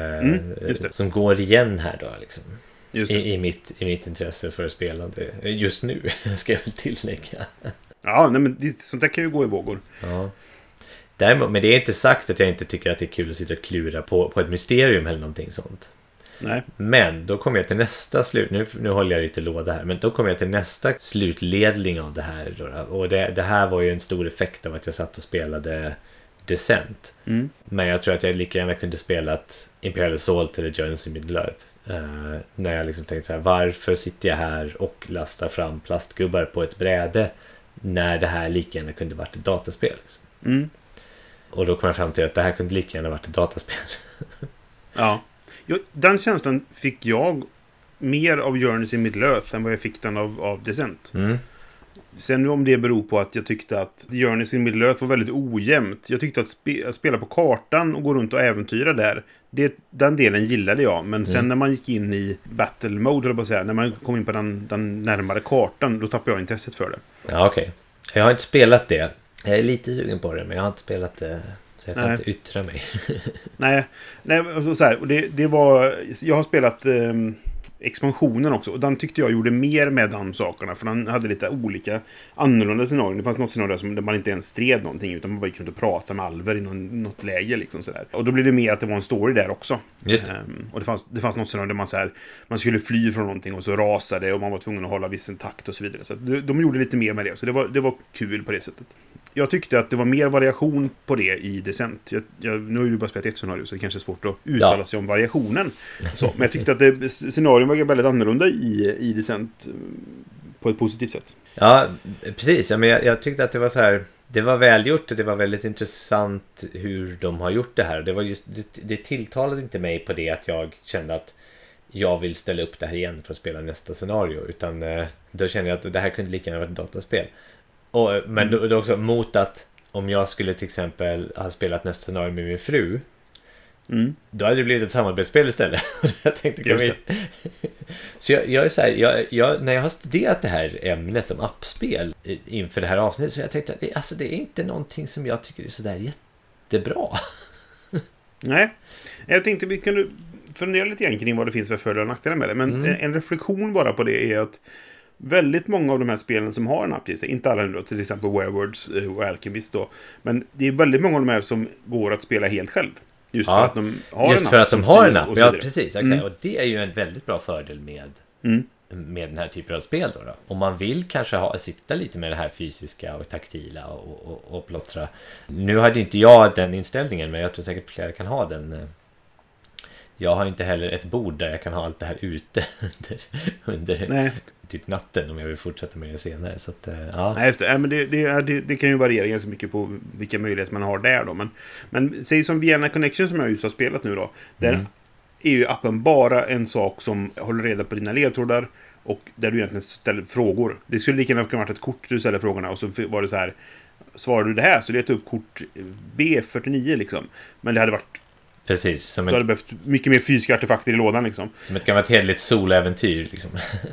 som går igen här då, liksom. I mitt intresse för spelande. Just nu, ska jag väl tillägga. Ja, nej, men sånt där kan ju gå i vågor. Ja. Däremot, men det är inte sagt att jag inte tycker att det är kul att sitta och klura på ett mysterium eller någonting sånt. Nej. Men då kommer jag till nästa slut. Nu håller jag lite låda här. Men då kommer jag till nästa slutledning av det här då. Och det här var ju en stor effekt av att jag satt och spelade Descent. Men jag tror att jag lika gärna kunde spelat Imperial Assault eller Journeys in Middle-earth. När jag liksom tänkte så här, varför sitter jag här och lastar fram plastgubbar på ett bräde när det här lika gärna kunde varit ett dataspel liksom. Och då kom jag fram till att det här kunde lika gärna varit ett dataspel. Ja. Den känslan fick jag mer av Journeys in Middle-earth än vad jag fick den av Descent. Sen om det beror på att jag tyckte att Journeys in Middle-earth var väldigt ojämnt. Jag tyckte att spela på kartan och gå runt och äventyra där, den delen gillade jag. Men sen när man gick in i battle mode, eller bara säga, när man kom in på den närmare kartan, då tappade jag intresset för det. Ja, okej. Jag har inte spelat det. Jag är lite sugen på det, men jag har inte spelat det. Så jag kan inte yttra mig. Nej, alltså så här, och det var... Jag har spelat expansionen också. Och den tyckte jag gjorde mer med de sakerna. För den hade lite olika annorlunda scenarier. Det fanns något scenario där man inte ens stred någonting, utan man bara kunde prata med alver i något läge. Liksom sådär. Och då blev det mer att det var en story där också. Just det. Och det fanns något scenario där man skulle fly från någonting och så rasade och man var tvungen att hålla viss takt och så vidare. Så de gjorde lite mer med det. Så det var kul på det sättet. Jag tyckte att det var mer variation på det i Descent. Nu har ju bara spelat ett scenario, så det kanske är svårt att uttala sig om variationen. Så, men jag tyckte att scenarion var väldigt annorlunda i Descent på ett positivt sätt. Ja, precis. Ja, men jag tyckte att det var så här... Det var välgjort och det var väldigt intressant hur de har gjort det här. Det var just, det tilltalade inte mig på det att jag kände att jag vill ställa upp det här igen för att spela nästa scenario. Utan då kände jag att det här kunde lika gärna vara ett dataspel. Men då också mot att om jag skulle till exempel ha spelat nästa scenario med min fru, då hade det blivit ett samarbetsspel istället. Jag tänkte, så jag är så här, när jag har studerat det här ämnet om appspel inför det här avsnittet, så jag tänkte att det är inte någonting som jag tycker är så där jättebra. Nej, jag tänkte vi kunde fundera lite grann kring vad det finns för fördelar och nackdelar med det. Men en reflektion bara på det är att väldigt många av de här spelen som har en app i sig, inte alla nu, till exempel Werewords och Alchemist då, men det är väldigt många av de här som går att spela helt själv. Just för att de har just en app. För att de har en app, ja precis. Okay. Och det är ju en väldigt bra fördel med den här typen av spel då. Om man vill kanske sitta lite med det här fysiska och taktila och plottra. Nu hade inte jag den inställningen, men jag tror säkert fler kan ha den. Jag har inte heller ett bord där jag kan ha allt det här ute under typ natten, om jag vill fortsätta med det senare. Så att, ja. Nej, just det. Men det kan ju variera ganska mycket på vilka möjligheter man har där då. Men säg som Vienna Connection som jag just har spelat nu då. Där är ju appen bara en sak som håller reda på dina ledtrådar och där du egentligen ställer frågor. Det skulle lika gärna kunna vara ett kort du ställer frågorna och så var det så här, svarar du det här så letar upp kort B49 liksom. Men det hade varit precis, som du hade behövt mycket mer fysiska artefakter i lådan liksom. Som ett gammalt hederligt soläventyr liksom.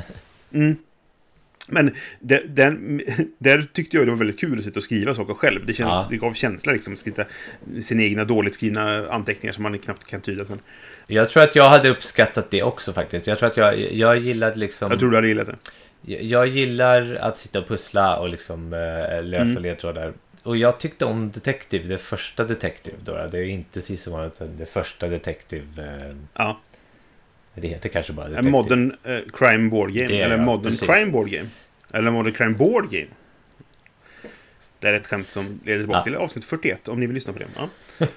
Men där tyckte jag det var väldigt kul att sitta och skriva saker själv. Det gav känsla liksom, att skriva sina egna dåligt skrivna anteckningar som man knappt kan tyda sen. Jag tror att jag hade uppskattat det också faktiskt. Jag tror att jag gillade liksom... Jag tror du hade gillat det. Jag gillar att sitta och pussla och liksom lösa ledtrådar. Och jag tyckte om Detective, det första Detective då. Det är inte så som utan det första Detective. Ja. Det heter kanske bara Detective. En modern crime board game. Det, eller modern precis. crime board game. Eller modern crime board game. Det är ett skämt som leder tillbaka till avsnitt 41 om ni vill lyssna på det. Ja.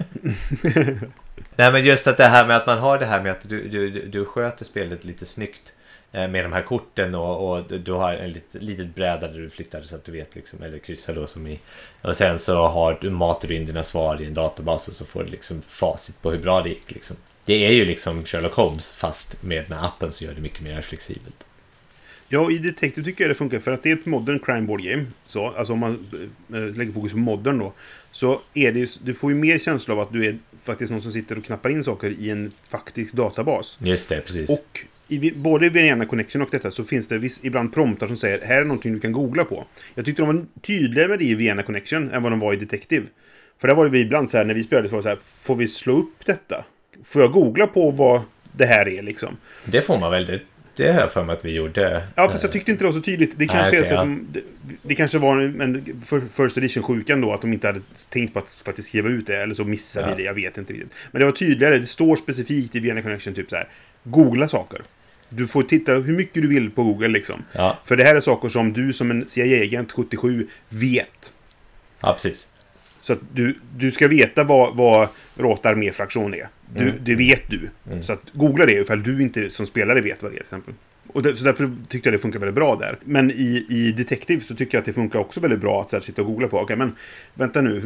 Nej, men just att det här med att man har det här med att du sköter spelet lite snyggt med de här korten och du har en litet bräda där du flyttar så att du vet liksom, eller kryssar då som i, och sen så matar du in dina svar i en databas och så får du liksom facit på hur bra det gick liksom. Det är ju liksom Sherlock Holmes fast med den här appen så gör det mycket mer flexibelt. Ja, i Detective tycker jag det funkar för att det är ett modern crime board game. Så, alltså om man lägger fokus på modern då, så är det ju, du får ju mer känsla av att du är faktiskt någon som sitter och knappar in saker i en faktisk databas. Just det, precis. Och både i Vienna Connection och detta så finns det ibland promptar som säger här är någonting du kan googla på. Jag tyckte de var tydligare med det i Vienna Connection än vad de var i Detective. För där var det vi ibland så här när vi spelade så var det så här, får vi slå upp detta? Får jag googla på vad det här är liksom? Det får man väl, det har jag för mig att vi gjorde. Ja, fast jag tyckte inte det var så tydligt. Det kanske är så att det kanske var en first edition-sjukan då, att de inte hade tänkt på att faktiskt skriva ut det, eller så missade vi det, jag vet inte riktigt. Men det var tydligare, det står specifikt i Vienna Connection typ så här, googla saker. Du får titta hur mycket du vill på Google liksom. Ja. För det här är saker som du som en CIA-agent 77 vet. Ja, precis. Så att du ska veta vad råtarméfraktion är. Det vet du. Så att googla det ifall du inte som spelare vet vad det är till exempel. Och så därför tyckte jag det funkar väldigt bra där. Men i Detective så tycker jag att det funkar också väldigt bra att så här, sitta och googla på. Okej, men vänta nu,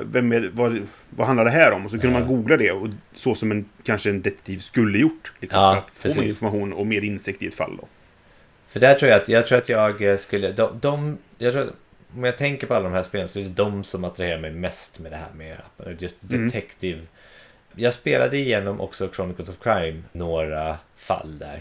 vad handlar det här om? Och så kunde man googla det och så som kanske en detektiv skulle gjort. Liksom, för att få mer information och mer insikt i ett fall då. För där tror jag att jag skulle... jag tror att, om jag tänker på alla de här spelen så är det de som attraherar mig mest med det här med just Detective. Jag spelade igenom också Chronicles of Crime några fall där.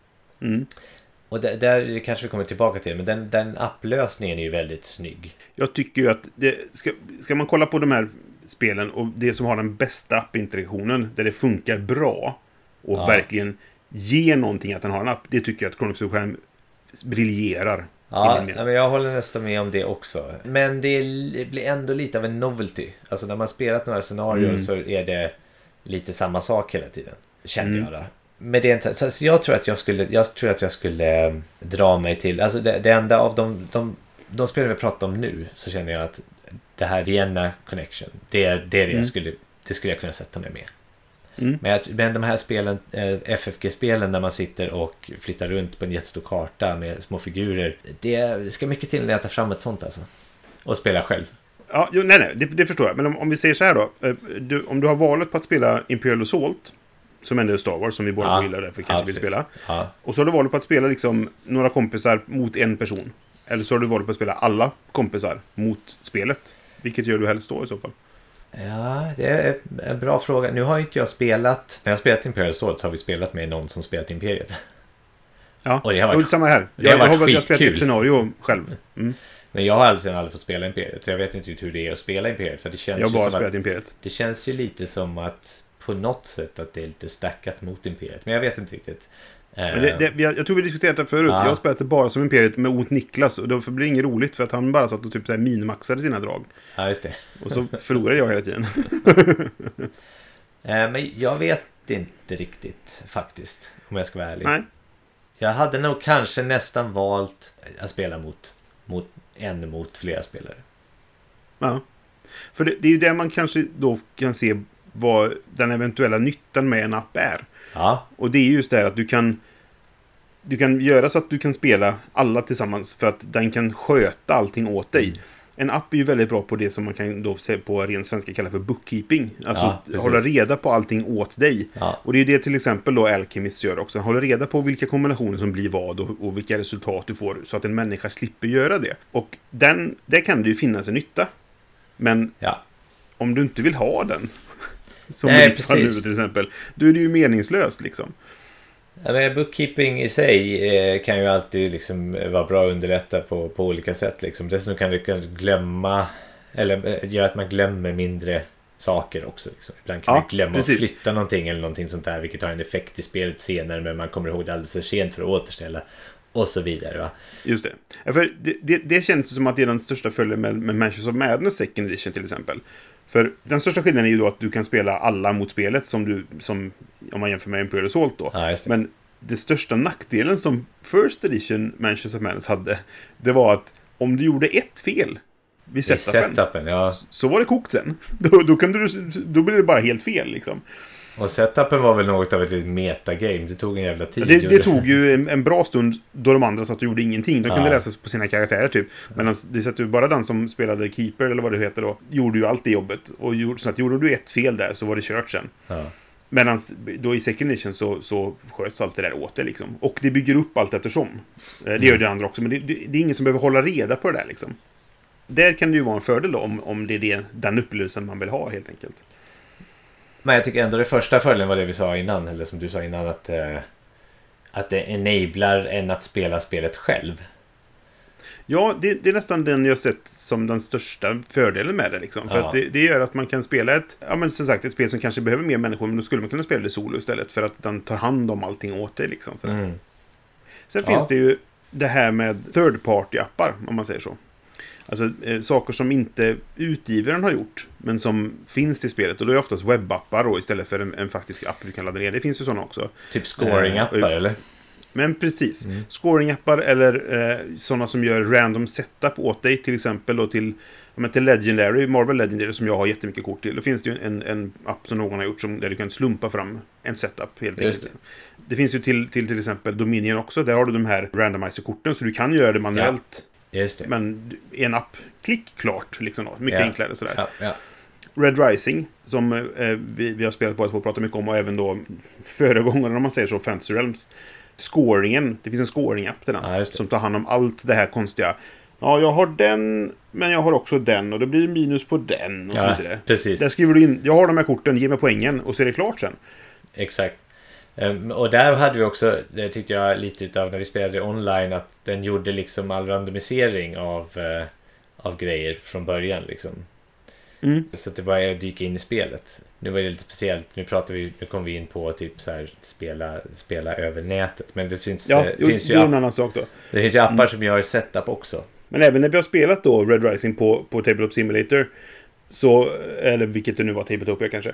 Och där kanske vi kommer tillbaka till, men den upplösningen är ju väldigt snygg. Jag tycker ju att ska man kolla på de här spelen och det som har den bästa appinteraktionen där det funkar bra och verkligen ger någonting att den har en app, det tycker jag att Chronicles of Crime briljerar. Ja, men jag håller nästan med om det också. Men det blir ändå lite av en novelty. Alltså när man spelat några scenarier så är det lite samma sak hela tiden. Kände jag det. Men det är inte, så jag tror att jag skulle dra mig till, alltså det enda av de spel vi pratar om nu, så känner jag att det här Vienna Connection, det skulle jag kunna sätta mig med. Men de här spelen, FFG-spelen där man sitter och flyttar runt på en jättestor karta med små figurer, det ska mycket till när jag tar fram ett sånt alltså. Och spela själv. Ja, nej, det förstår jag. Men om vi säger så här då, om du har valet på att spela Imperial Assault, som ändå är Star Wars, som vi båda gillar, därför kanske vill spela. Ja. Och så har du valet på att spela liksom några kompisar mot en person. Eller så har du valet på att spela alla kompisar mot spelet. Vilket gör du helst då i så fall? Ja, det är en bra fråga. Nu har inte jag spelat... När jag har spelat Imperial Assault så har vi spelat med någon som spelat Imperiet. Ja, och det har varit, samma här. Jag har spelat ett scenario själv. Men jag har aldrig fått spela Imperiet. Så jag vet inte hur det är att spela Imperiet. För det känns jag har bara spelat Imperiet. Det känns ju lite som att på något sätt att det är lite stackat mot Imperiet. Men jag vet inte riktigt. Jag tror vi diskuterat det förut. Jag har spelat det bara som Imperiet mot Niklas. Och då blir det inget roligt för att han bara satt och typ så här minimaxade sina drag. Ja, just det. Och så förlorade jag hela tiden. Men jag vet inte riktigt faktiskt. Om jag ska vara ärlig. Nej. Jag hade nog kanske nästan valt att spela mot flera spelare. Ja. För det är ju där man kanske då kan se vad den eventuella nyttan med en app är. Ja. Och det är just det här att du kan göra så att du kan spela alla tillsammans för att den kan sköta allting åt dig. en app är ju väldigt bra på det som man kan då se på ren svenska kalla för bookkeeping. Alltså Ja, hålla reda på allting åt dig. Ja. Och det är det till exempel då Alchemist gör också. Hålla reda på vilka kombinationer som blir vad och vilka resultat du får så att en människa slipper göra det. Och där kan det ju finnas en nytta. Men om du inte vill ha den, som i ditt fall nu till exempel, då är det ju meningslöst liksom. Ja, men bookkeeping i sig kan ju alltid liksom vara bra att underlätta på olika sätt. Liksom. Dessutom kan du glömma, eller göra att man glömmer mindre saker också. Liksom. Ibland kan man glömma att flytta någonting eller någonting sånt där, vilket har en effekt i spelet senare, men man kommer ihåg det alldeles för sent för att återställa och så vidare. Va? Just det. Ja, för det känns som att det är den största följden med Mansions of Madness Second Edition till exempel. För den största skillnaden är ju då att du kan spela alla mot spelet som om man jämför med Imperial Assault då. Ja, det. Men det största nackdelen som First Edition Mansions of Madness hade, det var att om du gjorde ett fel vid setupen så var det kokt sen. Då blev det bara helt fel liksom. Och setupen var väl något av ett litet metagame. Det tog en jävla tid. Det tog ju en bra stund då de andra satt och gjorde ingenting. De kunde läsa på sina karaktärer typ. Men det satt ju bara den som spelade Keeper eller vad det heter då, gjorde ju allt det jobbet. Och så att gjorde du ett fel där så var det kört sen. Medan då i Second Edition så sköts allt det där åt det liksom. Och det bygger upp allt eftersom. Det gör det andra också. Men det är ingen som behöver hålla reda på det där liksom. Där kan det ju vara en fördel då, om det är den upplevelsen man vill ha helt enkelt. Men jag tycker ändå det första fördelen var det vi sa innan, eller som du sa innan, att det enablar en att spela spelet själv. Ja, det är nästan den jag sett som den största fördelen med det liksom. För att det gör att man kan spela ett spel som kanske behöver mer människor, men då skulle man kunna spela det solo istället för att den tar hand om allting åt det liksom. Sen finns det ju det här med third party-appar, om man säger så. Alltså saker som inte utgivaren har gjort, men som finns till spelet. Och då är det oftast webbappar då, istället för en faktisk app du kan ladda ner. Det finns ju sådana också. Typ scoring-appar eller? Men precis. Scoring-appar eller sådana som gör random setup åt dig. Till exempel då till Legendary, Marvel Legendary, som jag har jättemycket kort till. Då finns det ju en app som någon har gjort där du kan slumpa fram en setup helt enkelt. Det finns ju till exempel Dominion också. Där har du de här randomizer-korten så du kan göra det manuellt. Just det. Men en app, klick klart liksom då. Mycket enklare sådär. Ja. Red Rising, som vi har spelat på att få prata mycket om, och även då föregångaren, om man säger så, Fantasy Realms. Scoringen, det finns en scoring-app till den som tar hand om allt det här konstiga. Ja, jag har den, men jag har också den, och det blir minus på den och så vidare. Precis. Där skriver du in, jag har de här korten, ge mig poängen, och så är det klart sen. Exakt. Och där hade vi också, det tyckte jag lite utav när vi spelade online, att den gjorde liksom all randomisering av grejer från början liksom. Så att det bara är att dyka in i spelet. Nu var det lite speciellt, nu kom vi in på typ så här spela över nätet, men det finns finns ju en annan sak då. Det finns ju appar som gör setup också. Men även när vi har spelat då Red Rising på Tabletop Simulator, så, eller vilket det nu var, Tabletopia kanske,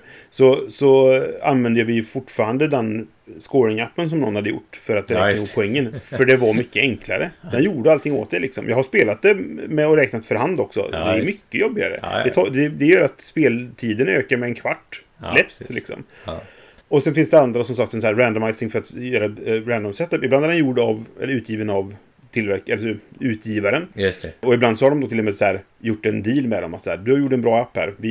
så använde vi fortfarande den scoring-appen som någon hade gjort för att räkna ihop poängen. För det var mycket enklare. Den gjorde allting åt det liksom. Jag har spelat det med och räknat för hand också. Det är mycket jobbigare. Det gör att speltiden ökar med en kvart. Lätt liksom. Och sen finns det andra som sagt, så här randomizing för att göra random setup. Ibland är den gjord av, eller utgiven av alltså utgivaren. Just det. Och ibland så har de då till och med så här gjort en deal med dem att så här, du har gjort en bra app här.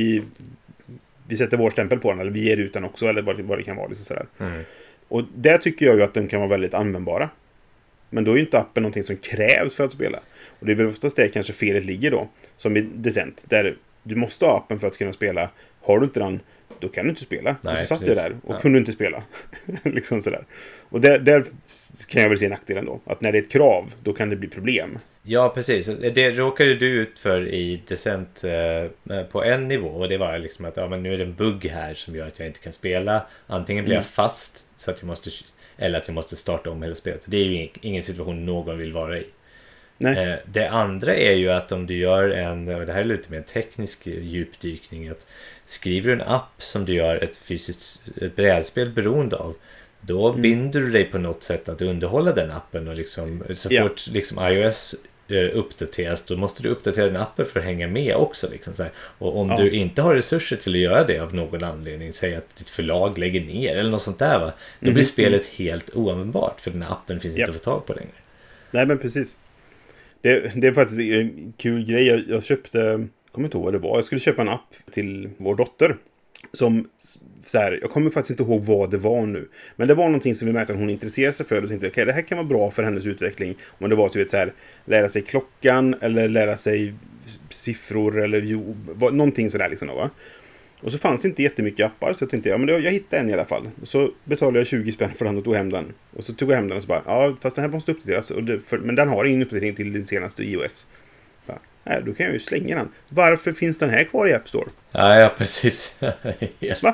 Vi sätter vår stämpel på den, eller vi ger ut den också, eller vad det kan vara liksom så där. Och där tycker jag ju att de kan vara väldigt användbara. Men då är ju inte appen någonting som krävs för att spela. Och det är väl oftast det kanske felet ligger då, som i Descent, där du måste ha appen för att kunna spela. Har du inte den, då kan du inte spela. Och så satt jag där och kunde inte spela. Liksom sådär. Och där kan jag väl se nackdelen då. Att när det är ett krav, då kan det bli problem. Ja, precis. Det råkade du ut för i Descent på en nivå. Och det var liksom att men nu är det en bugg här som gör att jag inte kan spela. Antingen blir jag fast så att eller att jag måste starta om hela spelet. Det är ju ingen situation någon vill vara i. Nej. Det andra är ju att om du gör det här är lite mer teknisk djupdykning, att skriver du en app som du gör ett brädspel beroende av, då binder du dig på något sätt att underhålla den appen, och liksom, så fort liksom iOS uppdateras, då måste du uppdatera den appen för att hänga med också liksom, så här. Och om du inte har resurser till att göra det av någon anledning, säg att ditt förlag lägger ner eller något sånt där, då blir spelet helt oanvändbart, för den här appen finns inte att få tag på längre. Nej, men precis. Det är faktiskt en kul grej. Jag köpte, kommer inte ihåg vad det var. Jag skulle köpa en app till vår dotter. Som så här, jag kommer faktiskt inte ihåg vad det var nu. Men det var någonting som vi märkte att hon intresserade sig för. Och tänkte, okej, det här kan vara bra för hennes utveckling. Om det var så här, lära sig klockan eller lära sig siffror eller någonting sådär liksom då, va? Och så fanns det inte jättemycket appar, så jag tänkte, men jag hittade en i alla fall. Så betalade jag 20 spänn för den och tog hem den. Och så tog jag hem den och så bara, ja, fast den här måste uppdateras. Men den har ingen uppdatering till den senaste iOS. Nej, då kan jag ju slänga den. Varför finns den här kvar i App Store? Ja, precis. Va?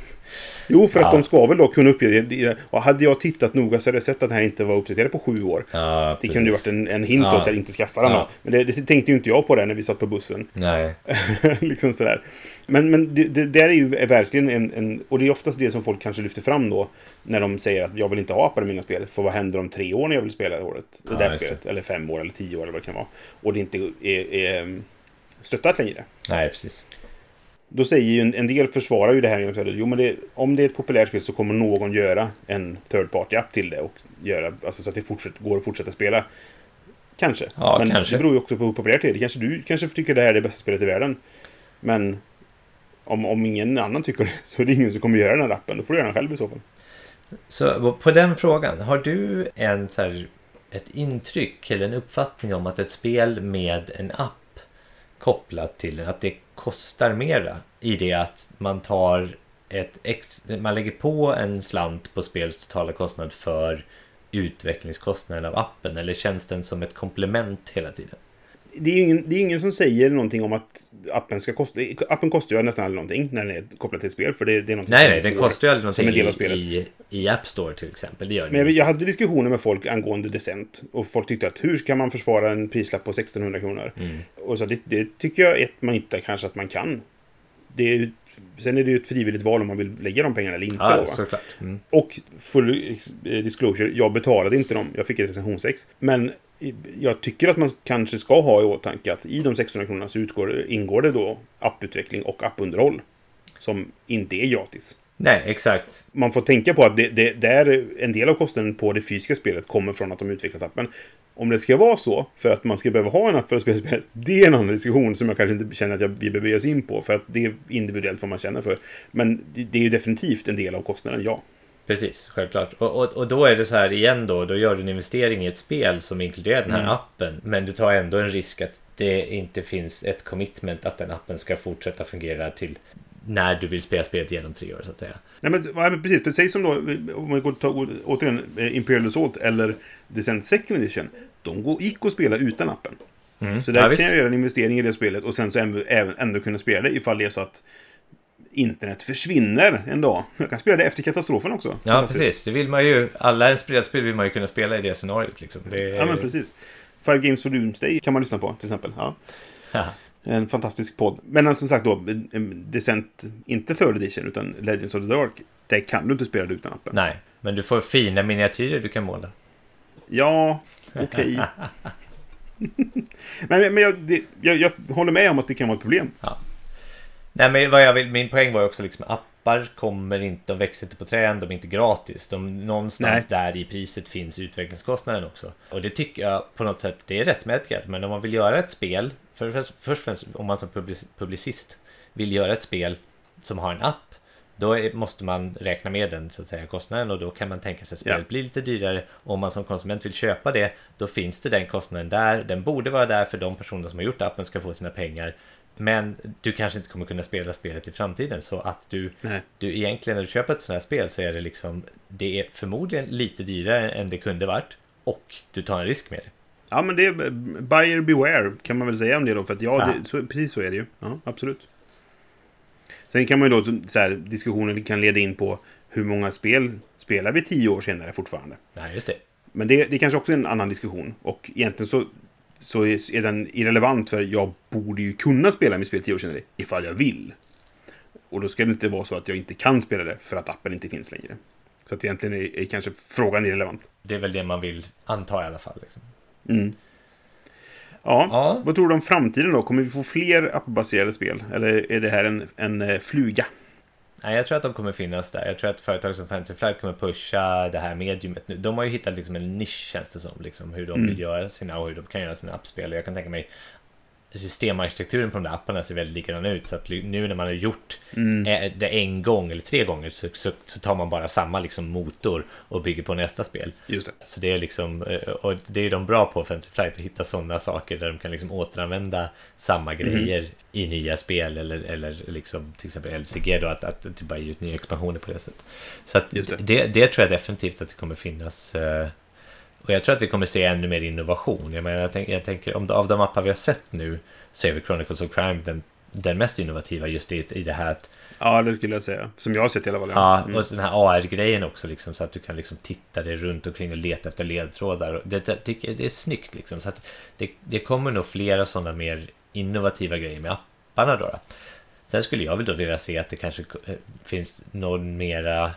Jo, för att de ska väl då kunna uppdatera. Och hade jag tittat noga så hade jag sett att den här inte var uppdaterad på 7 år. Ja, det kunde ju varit en hint åt att jag inte skaffade den. Ja. Men det tänkte ju inte jag på det när vi satt på bussen. Nej. Liksom sådär. Men det där är ju verkligen en... Och det är oftast det som folk kanske lyfter fram då. När de säger att jag vill inte ha appar i mina spel. För vad händer om 3 år när jag vill spela året? Det där spelet. Eller 5 år eller 10 år eller vad det kan vara. Och det inte är stöttat längre. Nej, precis. Då säger ju en del försvarar ju det här. Jo, men om det är ett populärt spel så kommer någon göra en third party app till det och göra, alltså, så att det går att fortsätta spela. Kanske. Ja, men kanske. Det beror ju också på hur populärt det är. Du kanske tycker det här är det bästa spelet i världen. Men om ingen annan tycker det, så är det ingen som kommer göra den här appen. Då får du göra den själv i så fall. Så på den frågan, har du ett intryck eller en uppfattning om att ett spel med en app kopplat till att det kostar mera i det att man tar man lägger på en slant på spels totala kostnad för utvecklingskostnaden av appen, eller känns den som ett komplement hela tiden? Det är ingen som säger någonting om att appen ska kosta. Appen kostar ju nästan aldrig någonting när den är kopplad till ett spel, för det är någonting. Nej, den kostar ju aldrig någonting en del av spelet. I App Store till exempel. Det gör men jag hade diskussioner med folk angående Descent, och folk tyckte att hur ska man försvara en prislapp på 1600 kronor? Och så det tycker jag att man inte kanske att man kan. Sen är det ju ett frivilligt val om man vill lägga de pengarna eller inte. Ja, då, såklart. Och full disclosure, jag betalade inte dem. Jag fick ett recensionsex. Men jag tycker att man kanske ska ha i åtanke att i de 600 kronorna så ingår det då apputveckling och appunderhåll som inte är gratis. Nej, exakt. Man får tänka på att det är en del av kostnaden på det fysiska spelet kommer från att de utvecklat appen. Om det ska vara så, för att man ska behöva ha en app för att spela spelet, det är en annan diskussion som jag kanske inte känner att vi behöver ge oss in på, för att det är individuellt vad man känner för. Men det är ju definitivt en del av kostnaden, ja. Precis, självklart. Och då är det så här igen då gör du en investering i ett spel som inkluderar den här appen, men du tar ändå en risk att det inte finns ett commitment att den appen ska fortsätta fungera till när du vill spela spelet genom 3 år, så att säga. Nej, men precis, för säg som då, om man går ta återigen Imperial Assault eller Descent Second Edition, de gick att spela utan appen. Så där kan jag göra en investering i det spelet och sen så ändå kunna spela det ifall det är så att internet försvinner en dag. Jag kan spela det efter katastrofen också. Ja, precis. Det vill man ju, alla spel vill man ju kunna spela i det scenariot liksom. Ja, men precis. 5 Games for Doomsday kan man lyssna på till exempel. Ja. En fantastisk podd. Men som sagt då, Descent, inte third edition utan Legends of the Dark, det kan du inte spela det utan appen. Nej, men du får fina miniatyrer du kan måla. Ja, okej. Men jag håller med om att det kan vara ett problem. Ja. Nej, men min poäng var ju också liksom, appar kommer inte, de växer inte på träd, de är inte gratis. Någonstans där i priset finns utvecklingskostnaden också. Och det tycker jag på något sätt, det är rättmätigt. Men om man vill göra ett spel, först och främst om man som publicist vill göra ett spel som har en app, då måste man räkna med den, så att säga, kostnaden, och då kan man tänka sig att spelet blir lite dyrare. Och om man som konsument vill köpa det, då finns det den kostnaden där. Den borde vara där för de personer som har gjort appen ska få sina pengar. Men du kanske inte kommer kunna spela spelet i framtiden, så att du egentligen när du köper ett sånt här spel så är det liksom, det är förmodligen lite dyrare än det kunde varit, och du tar en risk med det. Ja, men det är buyer beware kan man väl säga om det då, för att precis så är det ju. Ja, absolut. Sen kan man ju då så här, diskussionen kan leda in på hur många spel spelar vi 10 år senare fortfarande. Nej, just det. Men det kanske också är en annan diskussion, och egentligen så är den irrelevant, för jag borde ju kunna spela mitt spel 10 år senare ifall jag vill. Och då ska det inte vara så att jag inte kan spela det för att appen inte finns längre. Så att egentligen är kanske frågan irrelevant. Det är väl det man vill anta i alla fall. Liksom. Ja, vad tror du om framtiden då? Kommer vi få fler appbaserade spel? Eller är det här en fluga? Nej, jag tror att de kommer finnas där. Jag tror att företag som Fantasy Flight kommer pusha det här mediumet nu. De har ju hittat liksom en nisch, känns det som, liksom, hur de vill göra sina och hur de kan göra sina appspel. Och jag kan tänka mig systemarkitekturen på de där apparna ser väldigt likadan ut, så att nu när man har gjort det en gång eller 3 gånger så tar man bara samma liksom motor och bygger på nästa spel. Just det. Så det är liksom, och det är de bra på Fantasy Flight, att hitta sådana saker där de kan liksom återanvända samma grejer i nya spel eller liksom till exempel LCG då, att typ bara ge ut nya expansioner på det sättet. Så att det tror jag definitivt att det kommer finnas. Och jag tror att vi kommer se ännu mer innovation. Jag tänker av de appar vi har sett nu så är väl Chronicles of Crime den mest innovativa just i det här att, ja, det skulle jag säga. Som jag har sett i alla fall. Ja, och den här AR-grejen också liksom, så att du kan liksom titta dig runt omkring och leta efter ledtrådar. Det är snyggt liksom, så att det kommer nog flera sådana mer innovativa grejer med apparna då. Sen skulle jag väl då vilja se att det kanske finns någon mera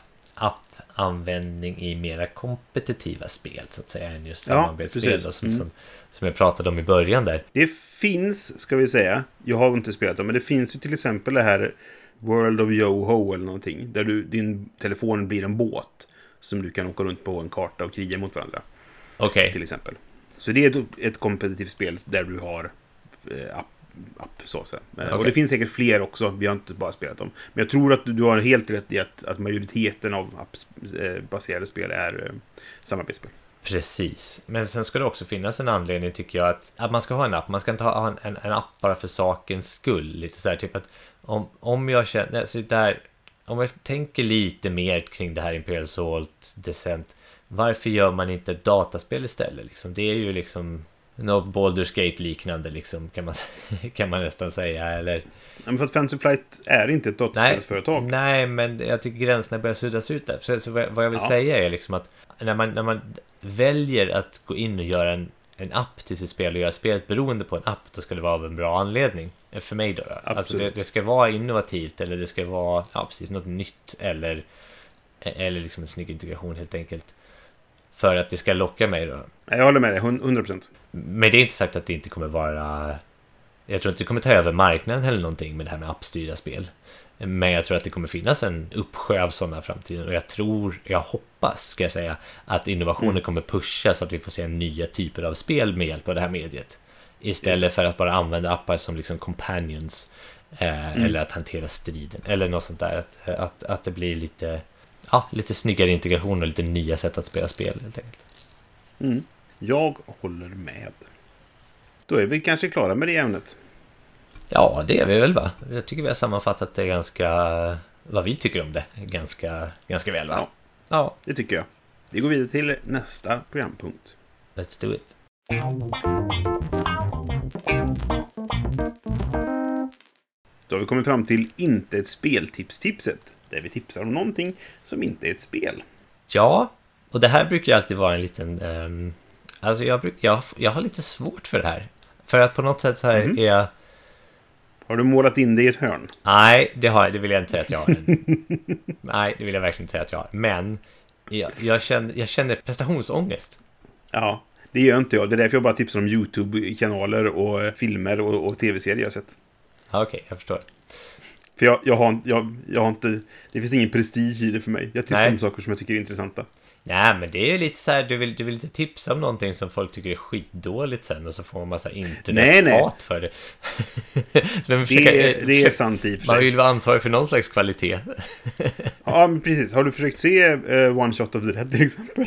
användning i mera kompetitiva spel så att säga, än just samarbetsspel då, som jag pratade om i början där. Det finns, ska vi säga, jag har inte spelat det, men det finns ju till exempel det här World of Yoho eller någonting, där din telefon blir en båt som du kan åka runt på en karta och kriga mot varandra. Okej. Till exempel. Så det är ett kompetitivt spel där du har app så att säga. Okay. Och det finns säkert fler också, vi har inte bara spelat dem. Men jag tror att du har helt rätt i att majoriteten av appsbaserade spel är samarbetsspel. Precis, men sen ska det också finnas en anledning tycker jag att man ska ha en app. Man ska inte ha en app bara för sakens skull. Lite så här, typ att om jag känner, alltså om jag tänker lite mer kring det här Imperial Assault Descent, varför gör man inte ett dataspel istället? Liksom? Det är ju liksom något Baldur's Gate liknande liksom, kan man nästan säga, eller? Men för att Fantasy Flight är inte ett dataspelsföretag. Nej, men jag tycker gränserna börjar suddas ut där. Så vad jag vill säga är liksom att när man väljer att gå in och göra en app till sitt spel och göra spelet beroende på en app, då ska det vara av en bra anledning. För mig då. Alltså det ska vara innovativt, eller det ska vara precis något nytt, eller liksom en snygg integration helt enkelt. För att det ska locka mig då. Jag håller med dig, 100%. Men det är inte sagt att det inte kommer vara... Jag tror inte det kommer ta över marknaden eller någonting med det här med appstyrda spel. Men jag tror att det kommer finnas en uppsjö av sådana framtiden. Och jag hoppas, ska jag säga, att innovationer kommer pusha så att vi får se nya typer av spel med hjälp av det här mediet. Istället för att bara använda appar som liksom companions. Eller att hantera striden. Eller något sånt där. Att det blir lite snyggare integration och lite nya sätt att spela spel helt enkelt. Jag håller med. Då är vi kanske klara med det ämnet. Ja, det är vi väl, va? Jag tycker vi har sammanfattat det ganska... Vad vi tycker om det ganska väl, va? Ja, det tycker jag. Vi går vidare till nästa programpunkt. Let's do it. Då har vi kommit fram till inte ett speltips-tipset. Där vi tipsar om någonting som inte är ett spel. Ja, och det här brukar ju alltid vara en liten... Alltså jag har lite svårt för det här. För att på något sätt så här är jag... Har du målat in det i ett hörn? Nej, det vill jag inte säga att jag har. Nej, det vill jag verkligen inte säga att jag har. Men jag känner prestationsångest. Ja, det gör inte jag. Det är därför jag bara tipsar om YouTube-kanaler och filmer och tv-serier jag har sett. Okej, jag förstår. För jag har inte... Det finns ingen prestige i det för mig. Jag tipsar om saker som jag tycker är intressanta. Nej, men det är lite så här, du vill inte tipsa om någonting som folk tycker är skitdåligt sen, och så får man massa internethat för det. Det är sant i och för sig. Man vill vara ansvarig för någon slags kvalitet. Ja, men precis. Har du försökt se One Shot of the Dead till exempel?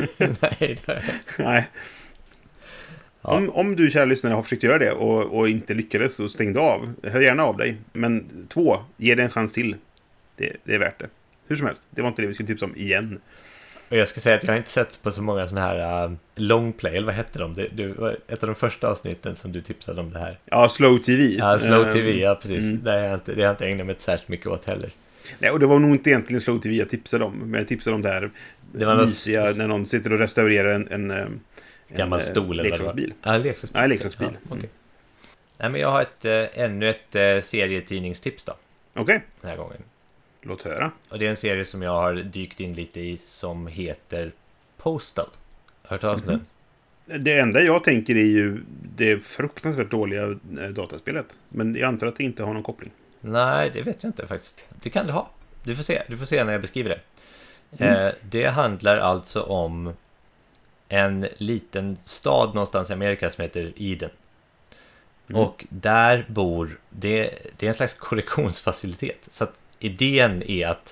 Nej. Ja. Om du, kära lyssnare, har försökt göra det och inte lyckades och stängde av, hör gärna av dig. Men 2, ge det en chans till. Det är värt det. Hur som helst, det var inte det vi skulle tipsa om igen. Och jag ska säga att jag har inte sett på så många sådana här long play, eller vad hette de? Det var ett av de första avsnitten som du tipsade om det här. Ja, Slow TV. Ja, Slow TV, ja precis. Det har jag inte ägnat mig särskilt mycket åt heller. Nej, och det var nog inte egentligen Slow TV jag tipsade om. Men jag tipsade om det här mysiga, när någon sitter och restaurerar en gammal stol eller leksaksbil. Ja, leksaksbil. Ja, leksaksbil. Ja, okay. Nej, men jag har ännu ett serietidningstips då. Okej. Den här gången. Låt höra. Och det är en serie som jag har dykt in lite i som heter Postal. Hört talas om den? Det enda jag tänker är ju det fruktansvärt dåliga dataspelet. Men jag antar att det inte har någon koppling. Nej, det vet jag inte faktiskt. Det kan det ha. du får se när jag beskriver det. Det handlar alltså om en liten stad någonstans i Amerika som heter Eden. Och där bor, det är en slags korrektionsfacilitet. Så att idén är att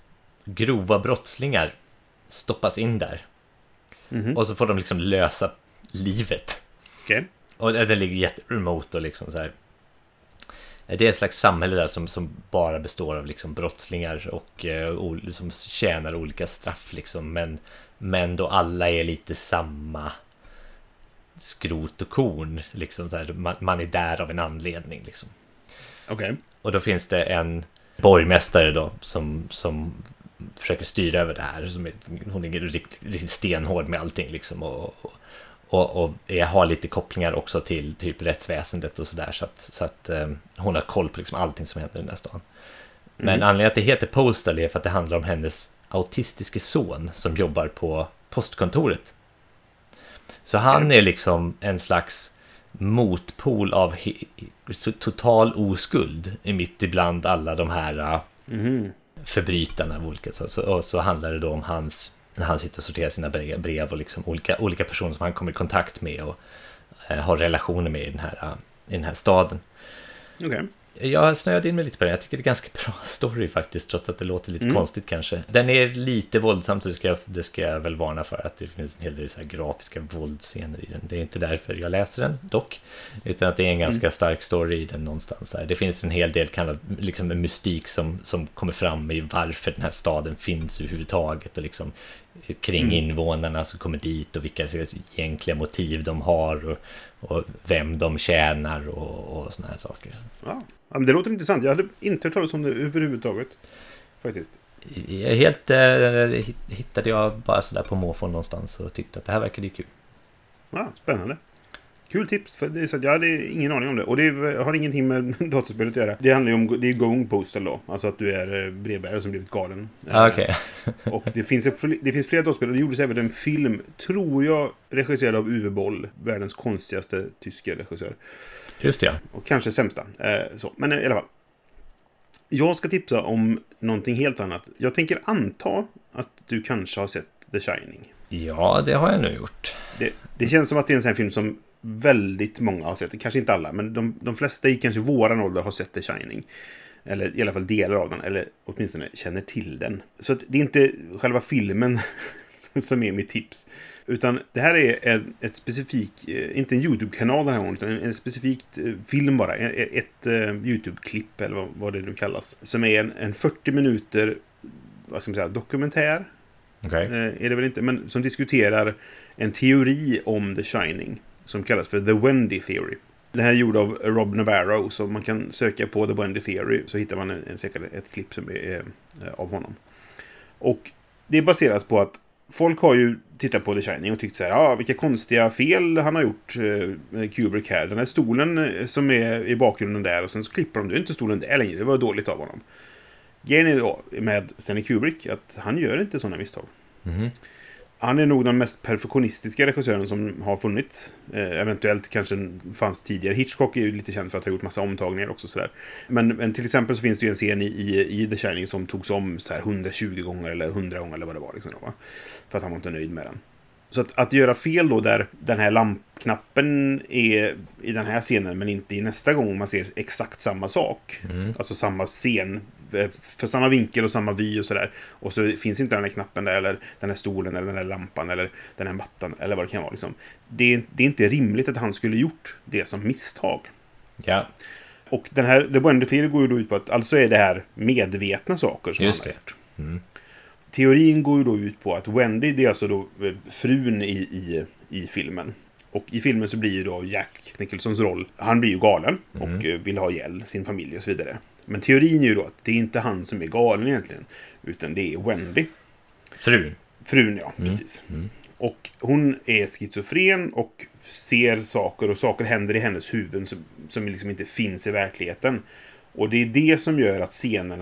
grova brottslingar stoppas in där. Och så får de liksom lösa livet. Okay. Och det ligger jätteremote och liksom så här. Det är ett slags samhälle där som bara består av liksom brottslingar och som tjänar olika straff liksom, men då alla är lite samma skrot och korn liksom så här, man är där av en anledning liksom. Okay. Och då finns det en borgmästare då som försöker styra över det här, hon är riktigt stenhård med allting liksom, och har lite kopplingar också till typ rättsväsendet och sådär, så att hon har koll på liksom allting som händer i den här stan. Men anledningen att det heter Postal är för att det handlar om hennes autistiske son som jobbar på postkontoret. Så han är liksom en slags motpol av total oskuld i mitt ibland alla de här förbrytarna av olika. Så handlar det då om när han sitter och sorterar sina brev och liksom olika personer som han kommer i kontakt med och har relationer med i den här staden. Okay. Jag snöade in mig lite på den. Jag tycker det är ganska bra story faktiskt, trots att det låter lite konstigt kanske. Den är lite våldsam, så det ska jag väl varna för, att det finns en hel del så här grafiska våldsscener i den. Det är inte därför jag läser den dock, utan att det är en ganska stark story i den någonstans där. Det finns en hel del liksom en mystik som kommer fram i varför den här staden finns överhuvudtaget, och liksom kring invånarna som kommer dit och vilka egentliga motiv de har och vem de tjänar och såna här saker. Ja, men det låter intressant. Jag hade inte hört talas om det överhuvudtaget faktiskt. Hittade jag bara sådär på måfå någonstans och tyckte att det här verkade kul. Ja, spännande. Kul tips, för det är så att jag hade ingen aning om det. Och det har ingenting med datorspelet att göra. Det handlar ju om, det är going postal då. Alltså att du är brevbärare som blivit galen. Okay. Och det finns flera dataspel. Och det gjordes även en film, tror jag, regisserad av Uwe Boll. Världens konstigaste tyska regissör. Just det, ja. Och kanske sämsta. Men i alla fall. Jag ska tipsa om någonting helt annat. Jag tänker anta att du kanske har sett The Shining. Ja, det har jag nu gjort. Det känns som att det är en sån film som väldigt många har sett. Kanske inte alla, men de flesta i kanske våran ålder har sett The Shining. Eller i alla fall delar av den. Eller åtminstone känner till den. Så att det är inte själva filmen som är mitt tips. Utan det här är ett specifikt, inte en YouTube-kanal den här gången, utan en specifikt film bara. Ett YouTube-klipp eller vad det nu kallas. Som är en 40 minuter, vad ska man säga, dokumentär. Okay. Är det väl inte, men som diskuterar en teori om The Shining som kallas för The Wendy Theory. Det här är gjord av Rob Navarro, så man kan söka på The Wendy Theory så hittar man ett klipp som är av honom. Och det baseras på att folk har ju tittat på The Shining och tyckt så här, vilka konstiga fel han har gjort, Kubrick här. Den här stolen som är i bakgrunden där, och sen så klipper de, det är inte stolen där längre, det var dåligt av honom. Grejen är då med Stanley Kubrick att han gör inte sådana misstag. Han är nog den mest perfektionistiska regissören som har funnits. Eventuellt kanske fanns tidigare. Hitchcock är ju lite känd för att ha gjort massa omtagningar också. Sådär. Men till exempel så finns det ju en scen i The Shining som togs om så här 120 gånger eller 100 gånger eller vad det var. Liksom då, va? För att han var inte nöjd med den. Så att göra fel då där den här lampknappen är i den här scenen men inte i nästa gång man ser exakt samma sak. Alltså samma scen för samma vinkel och samma vy och sådär. Och så finns inte den här knappen där, eller den här stolen eller den här lampan eller den här mattan eller vad det kan vara. Liksom. Det är inte rimligt att han skulle gjort det som misstag. Ja. Och den här The Wendy Theory går ju då ut på att alltså är det här medvetna saker som just han har gjort. Teorin går ju då ut på att Wendy, det är alltså då frun i filmen. Och i filmen så blir ju då Jack Nicholsons roll, han blir ju galen och vill ha ihjäl sin familj och så vidare. Men teorin är ju då att det är inte han som är galen egentligen, utan det är Wendy. Frun, ja, precis. Och hon är schizofren och ser saker, och saker händer i hennes huvud som liksom inte finns i verkligheten. Och det är det som gör att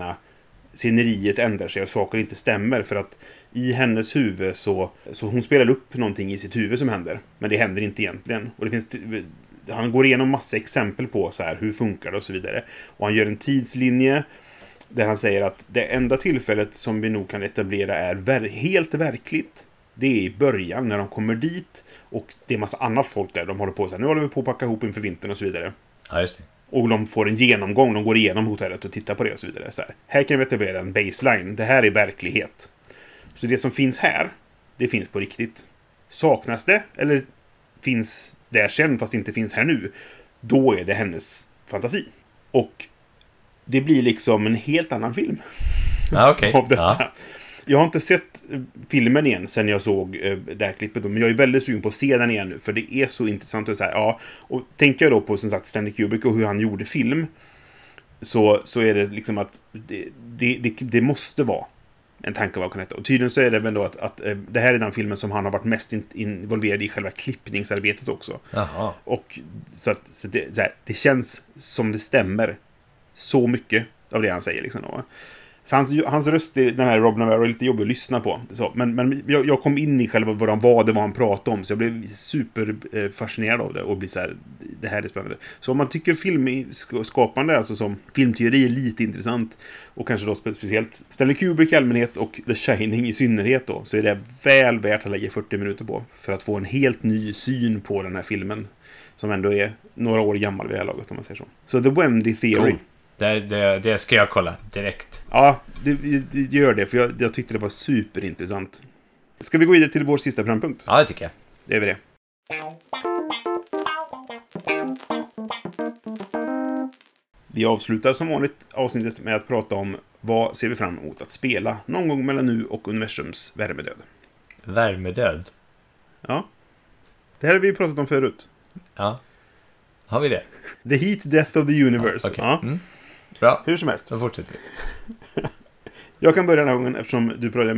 sceneriet ändrar sig och saker inte stämmer, för att i hennes huvud så hon spelar upp någonting i sitt huvud som händer, men det händer inte egentligen. Och det finns, han går igenom massa exempel på så här, hur funkar det och så vidare. Och han gör en tidslinje Där han säger att det enda tillfället som vi nog kan etablera är helt verkligt. Det är i början när de kommer dit och det är massa annat folk där. De håller på så här, nu håller vi på att packa ihop inför vintern och så vidare. Ja, just det. Och de får en genomgång, de går igenom hotellet och tittar på det och så vidare. Så här kan vi etablera en baseline, det här är verklighet. Så det som finns här, det finns på riktigt. Saknas det, eller finns där sen fast inte finns här nu, då är det hennes fantasi. Och det blir liksom en helt annan film Okay. av detta. Ja. Jag har inte sett filmen igen sen jag såg det här klippet, men jag är väldigt sugen på att se den igen nu, för det är så intressant att säga. Ja, och tänker jag då på som sagt Stanley Kubrick och hur han gjorde film, så är det liksom att det måste vara en tanke bakom detta. Och tydligen så är det väl då att det här är den filmen som han har varit mest involverad i själva klippningsarbetet också. Jaha. Och så det känns som det stämmer så mycket av det han säger liksom då. Så hans röst i den här Rob Navarro är lite jobbig att lyssna på. Så, men jag kom in i själva vad han pratade om. Så jag blev super fascinerad av det. Och blir så här, det här är spännande. Så om man tycker filmskapande, alltså som filmteori är lite intressant. Och kanske då speciellt Stanley Kubrick i allmänhet och The Shining i synnerhet då. Så är det väl värt att lägga 40 minuter på. För att få en helt ny syn på den här filmen. Som ändå är några år gammal vid det här laget om man säger så. Så The Wendy Theory. Cool. Det ska jag kolla direkt. Ja, det gör det. För jag tyckte det var superintressant. Ska vi gå vidare till vår sista programpunkt? Ja, det tycker jag. Det är vi det. Vi avslutar som vanligt avsnittet med att prata om vad ser vi fram emot att spela någon gång mellan nu och universums värmedöd. Värmedöd? Ja. Det här har vi pratat om förut. Ja. Har vi det? The Heat Death of the Universe. Ja, okay. Ja. Mm. Bra. Hur som helst. Då fortsätter vi. Jag kan börja den här gången eftersom du börjar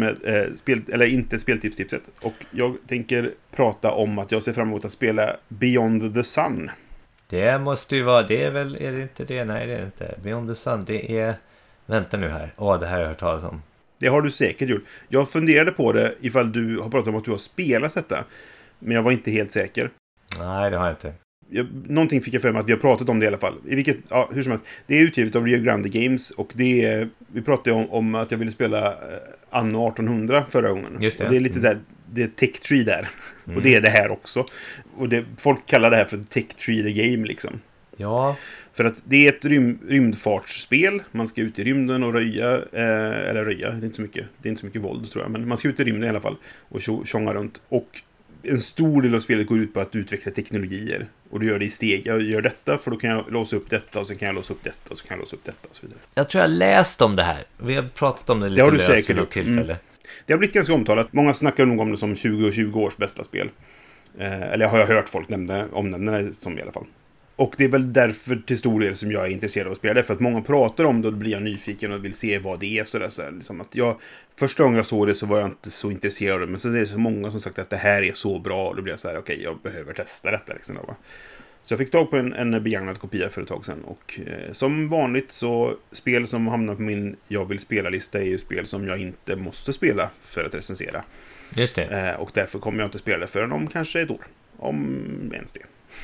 med inte speltipstipset. Och jag tänker prata om att jag ser fram emot att spela Beyond the Sun. Det måste ju vara, det är väl, är det inte det? Nej, det är det inte. Beyond the Sun, det är, vänta nu här. Det här har jag hört talas om. Det har du säkert gjort. Jag funderade på det ifall du har pratat om att du har spelat detta. Men jag var inte helt säker. Nej, det har jag inte. Någonting fick jag för mig att vi har pratat om det i alla fall. Hur som helst. Det är utgivet av Rio Grande Games. Och vi pratade om att jag ville spela Anno 1800 förra gången. Just det. Och det är lite där, det är Tech Tree där. Och det är det här också. Och folk kallar det här för Tech Tree the Game liksom. Ja. För att det är ett rymdfartsspel. Man ska ut i rymden och röja. Eller röja, det är inte så mycket våld tror jag. Men man ska ut i rymden i alla fall. Och tjonga runt. Och en stor del av spelet går ut på att utveckla teknologier. Och du gör det i steg. Jag gör detta för då kan jag låsa upp detta. Och sen kan jag låsa upp detta. Och så kan jag låsa upp detta och så vidare. Jag tror jag läst om det här. Vi har pratat om det lite. Det har du löst säkert vid något gjort. tillfälle. Det har blivit ganska omtalat. Många snackar nog om det som 20 års bästa spel. Eller har jag hört folk omnämna det som i alla fall. Och det är väl därför till stor del som jag är intresserad av att spela det. För att många pratar om det och då blir jag nyfiken och vill se vad det är. Så liksom att första gången jag såg det så var jag inte så intresserad av det. Men så är det så många som sagt att det här är så bra. Och då blir jag så här, okej, jag behöver testa detta. Liksom då, va? Så jag fick tag på en begagnad kopia för ett tag sedan. Och som vanligt så spel som hamnar på min jag vill spela-lista är ju spel som jag inte måste spela för att recensera. Just det. Och därför kommer jag inte spela det förrän om kanske ett år. Om ens det.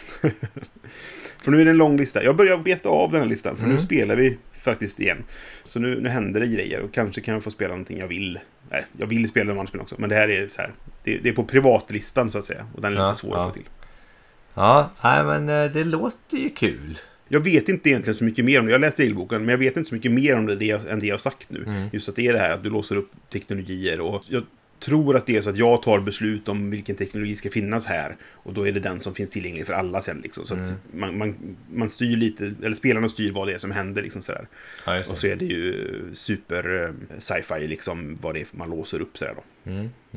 För nu är det en lång lista. Jag börjar beta av den här listan. För nu spelar vi faktiskt igen. Så nu händer det grejer. Och kanske kan jag få spela någonting jag vill. Nej, jag vill spela de andra spel också. Men det här är så här. Det är på privatlistan så att säga. Och den är lite svår att få till. Ja, men det låter ju kul. Jag vet inte egentligen så mycket mer om det. Jag läste regelboken, men jag vet inte så mycket mer om det än det jag har sagt nu. Just att det är det här att du låser upp teknologier. Och jag tror att det är så att jag tar beslut om vilken teknologi ska finnas här. Och då är det den som finns tillgänglig för alla sen. Liksom. Så att man styr lite, eller spelarna styr vad det är som händer. Liksom sådär. Ja, och så är det ju super sci-fi liksom, vad det är man låser upp sådär då.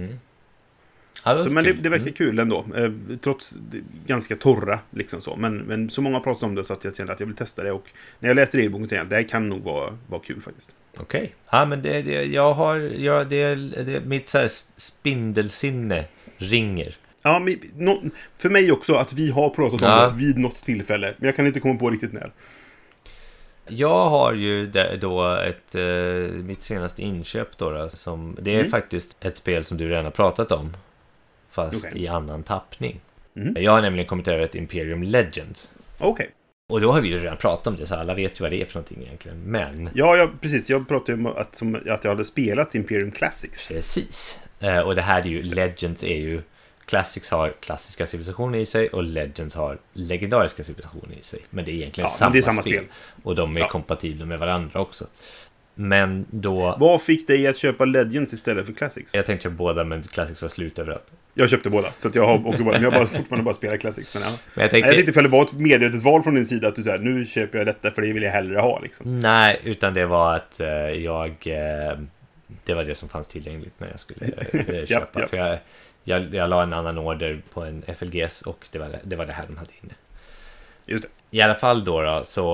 Ja, men det verkar kul ändå. Trots ganska torra liksom så. Men så många har pratat om det så att jag kände att jag vill testa det. Och när jag läste regelboken tänkte jag att det här kan nog vara kul faktiskt. Okej. Ja, men mitt så här spindelsinne ringer. Ja, men, för mig också att vi har pratat om det vid något tillfälle. Men jag kan inte komma på riktigt när. Jag har ju då mitt senaste inköp då som det är faktiskt ett spel som du redan har pratat om. Fast i annan tappning. Jag har nämligen kommit över ett Imperium Legends. Okej. Och då har vi ju redan pratat om det, så alla vet ju vad det är för någonting egentligen. Men... Ja, precis. Jag pratade ju om att jag hade spelat Imperium Classics. Precis. Och det här är ju, Legends är ju... Classics har klassiska civilisationer i sig och Legends har legendariska civilisationer i sig. Men det är egentligen samma spel. Och de är kompatibla med varandra också. Men då... Vad fick dig att köpa Legends istället för Classics? Jag tänkte köpa båda, men Classics var slut överallt. Jag köpte båda, så att jag har också båda. Men jag har fortfarande bara spelat Classics. Men jag tänkte ifall det var ett medvetet val från din sida att du säger nu köper jag detta för det vill jag hellre ha. Liksom. Nej, utan det var att det var det som fanns tillgängligt när jag skulle köpa. Ja. För jag la en annan order på en FLGS och det var det här de hade inne. Just det. I alla fall då så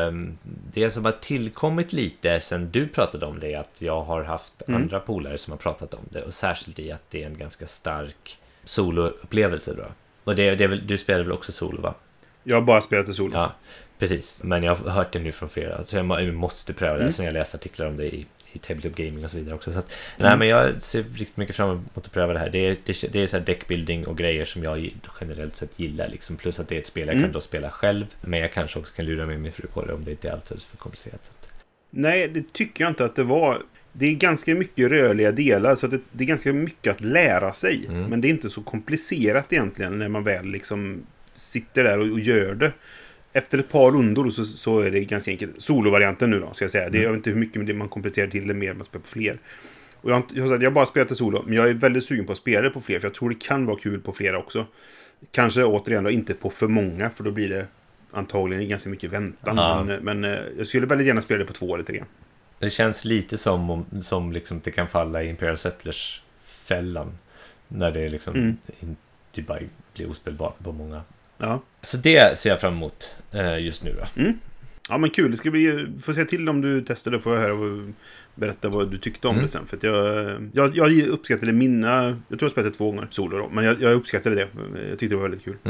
det som har tillkommit lite sen du pratade om det är att jag har haft andra polare som har pratat om det, och särskilt i att det är en ganska stark soloupplevelse då. Och det är väl, du spelar väl också solo, va? Jag har bara spelat i solo. Ja, precis. Men jag har hört det nu från flera, så jag måste pröva det sen jag läst artiklar om det i Tabletop Gaming och så vidare också. Så att, nej, men jag ser riktigt mycket fram emot att pröva det här. Det är så här deckbuilding och grejer som jag generellt sett gillar. Liksom. Plus att det är ett spel jag kan då spela själv. Men jag kanske också kan lura med min fru på det om det inte är alldeles för komplicerat. Så att... Nej, det tycker jag inte att det var. Det är ganska mycket rörliga delar, så att det är ganska mycket att lära sig. Men det är inte så komplicerat egentligen när man väl liksom sitter där och gör det. Efter ett par rundor så är det ganska enkelt. Solovarianten nu då, ska jag säga. Jag vet inte hur mycket man kompletterar till det mer, man spelar på fler. Och jag har bara spelat det solo, men jag är väldigt sugen på att spela det på fler, för jag tror det kan vara kul på flera också. Kanske återigen då inte på för många, för då blir det antagligen ganska mycket väntan. Ja. Men jag skulle väldigt gärna spela det på 2 eller 3. Det känns lite som liksom det kan falla i Imperial Settlers-fällan. När det liksom inte bara blir ospelbart på många. Ja. Så det ser jag fram emot just nu då. Ja, men kul. Det ska bli, få se till om du testar det, får jag höra och berätta vad du tyckte om det sen. För att jag uppskattade jag tror jag spelade 2 gånger solo då, men jag uppskattade det. Jag tyckte det var väldigt kul.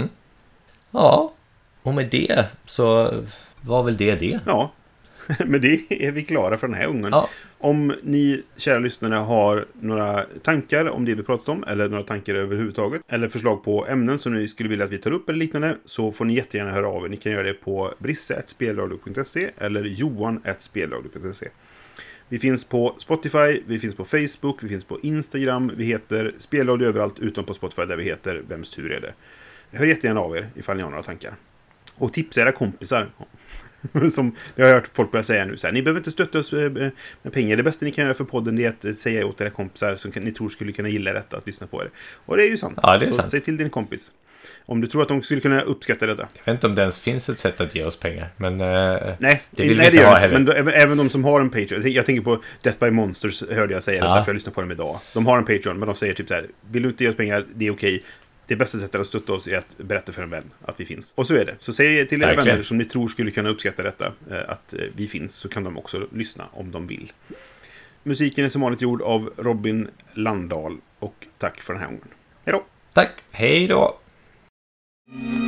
Ja, och med det så var väl det. Ja, med det är vi klara för den här gången. Ja. Om ni, kära lyssnare, har några tankar om det vi pratat om, eller några tankar överhuvudtaget, eller förslag på ämnen som ni skulle vilja att vi tar upp eller liknande, så får ni jättegärna höra av er. Ni kan göra det på brisse@spelradio.se eller johan@spelradio.se. Vi finns på Spotify, vi finns på Facebook, vi finns på Instagram. Vi heter Spelradio överallt utom på Spotify, där vi heter Vems tur är det? Hör jättegärna av er ifall ni har några tankar. Och tipsa era kompisar. Som jag har hört folk börja säga nu så här, ni behöver inte stötta oss med pengar. Det bästa ni kan göra för podden är att säga åt era kompisar som ni tror skulle kunna gilla detta, att lyssna på er. Och det är ju sant. Ja, det är så sant. Säg till din kompis om du tror att de skulle kunna uppskatta detta. Jag vet inte om det ens finns ett sätt att ge oss pengar, men nej, det vill vi inte ha heller. Men även de som har en Patreon, jag tänker på Death by Monsters, hörde jag säga detta för jag lyssnade på dem idag. De har en Patreon, men de säger typ så här, vill du inte ge oss pengar, det är okej. Det bästa sättet att stötta oss är att berätta för en vän att vi finns. Och så är det. Så säg till era vänner som ni tror skulle kunna uppskatta detta att vi finns, så kan de också lyssna om de vill. Musiken är som vanligt gjord av Robin Landahl. Och tack för den här gången. Hej då! Tack, hej då!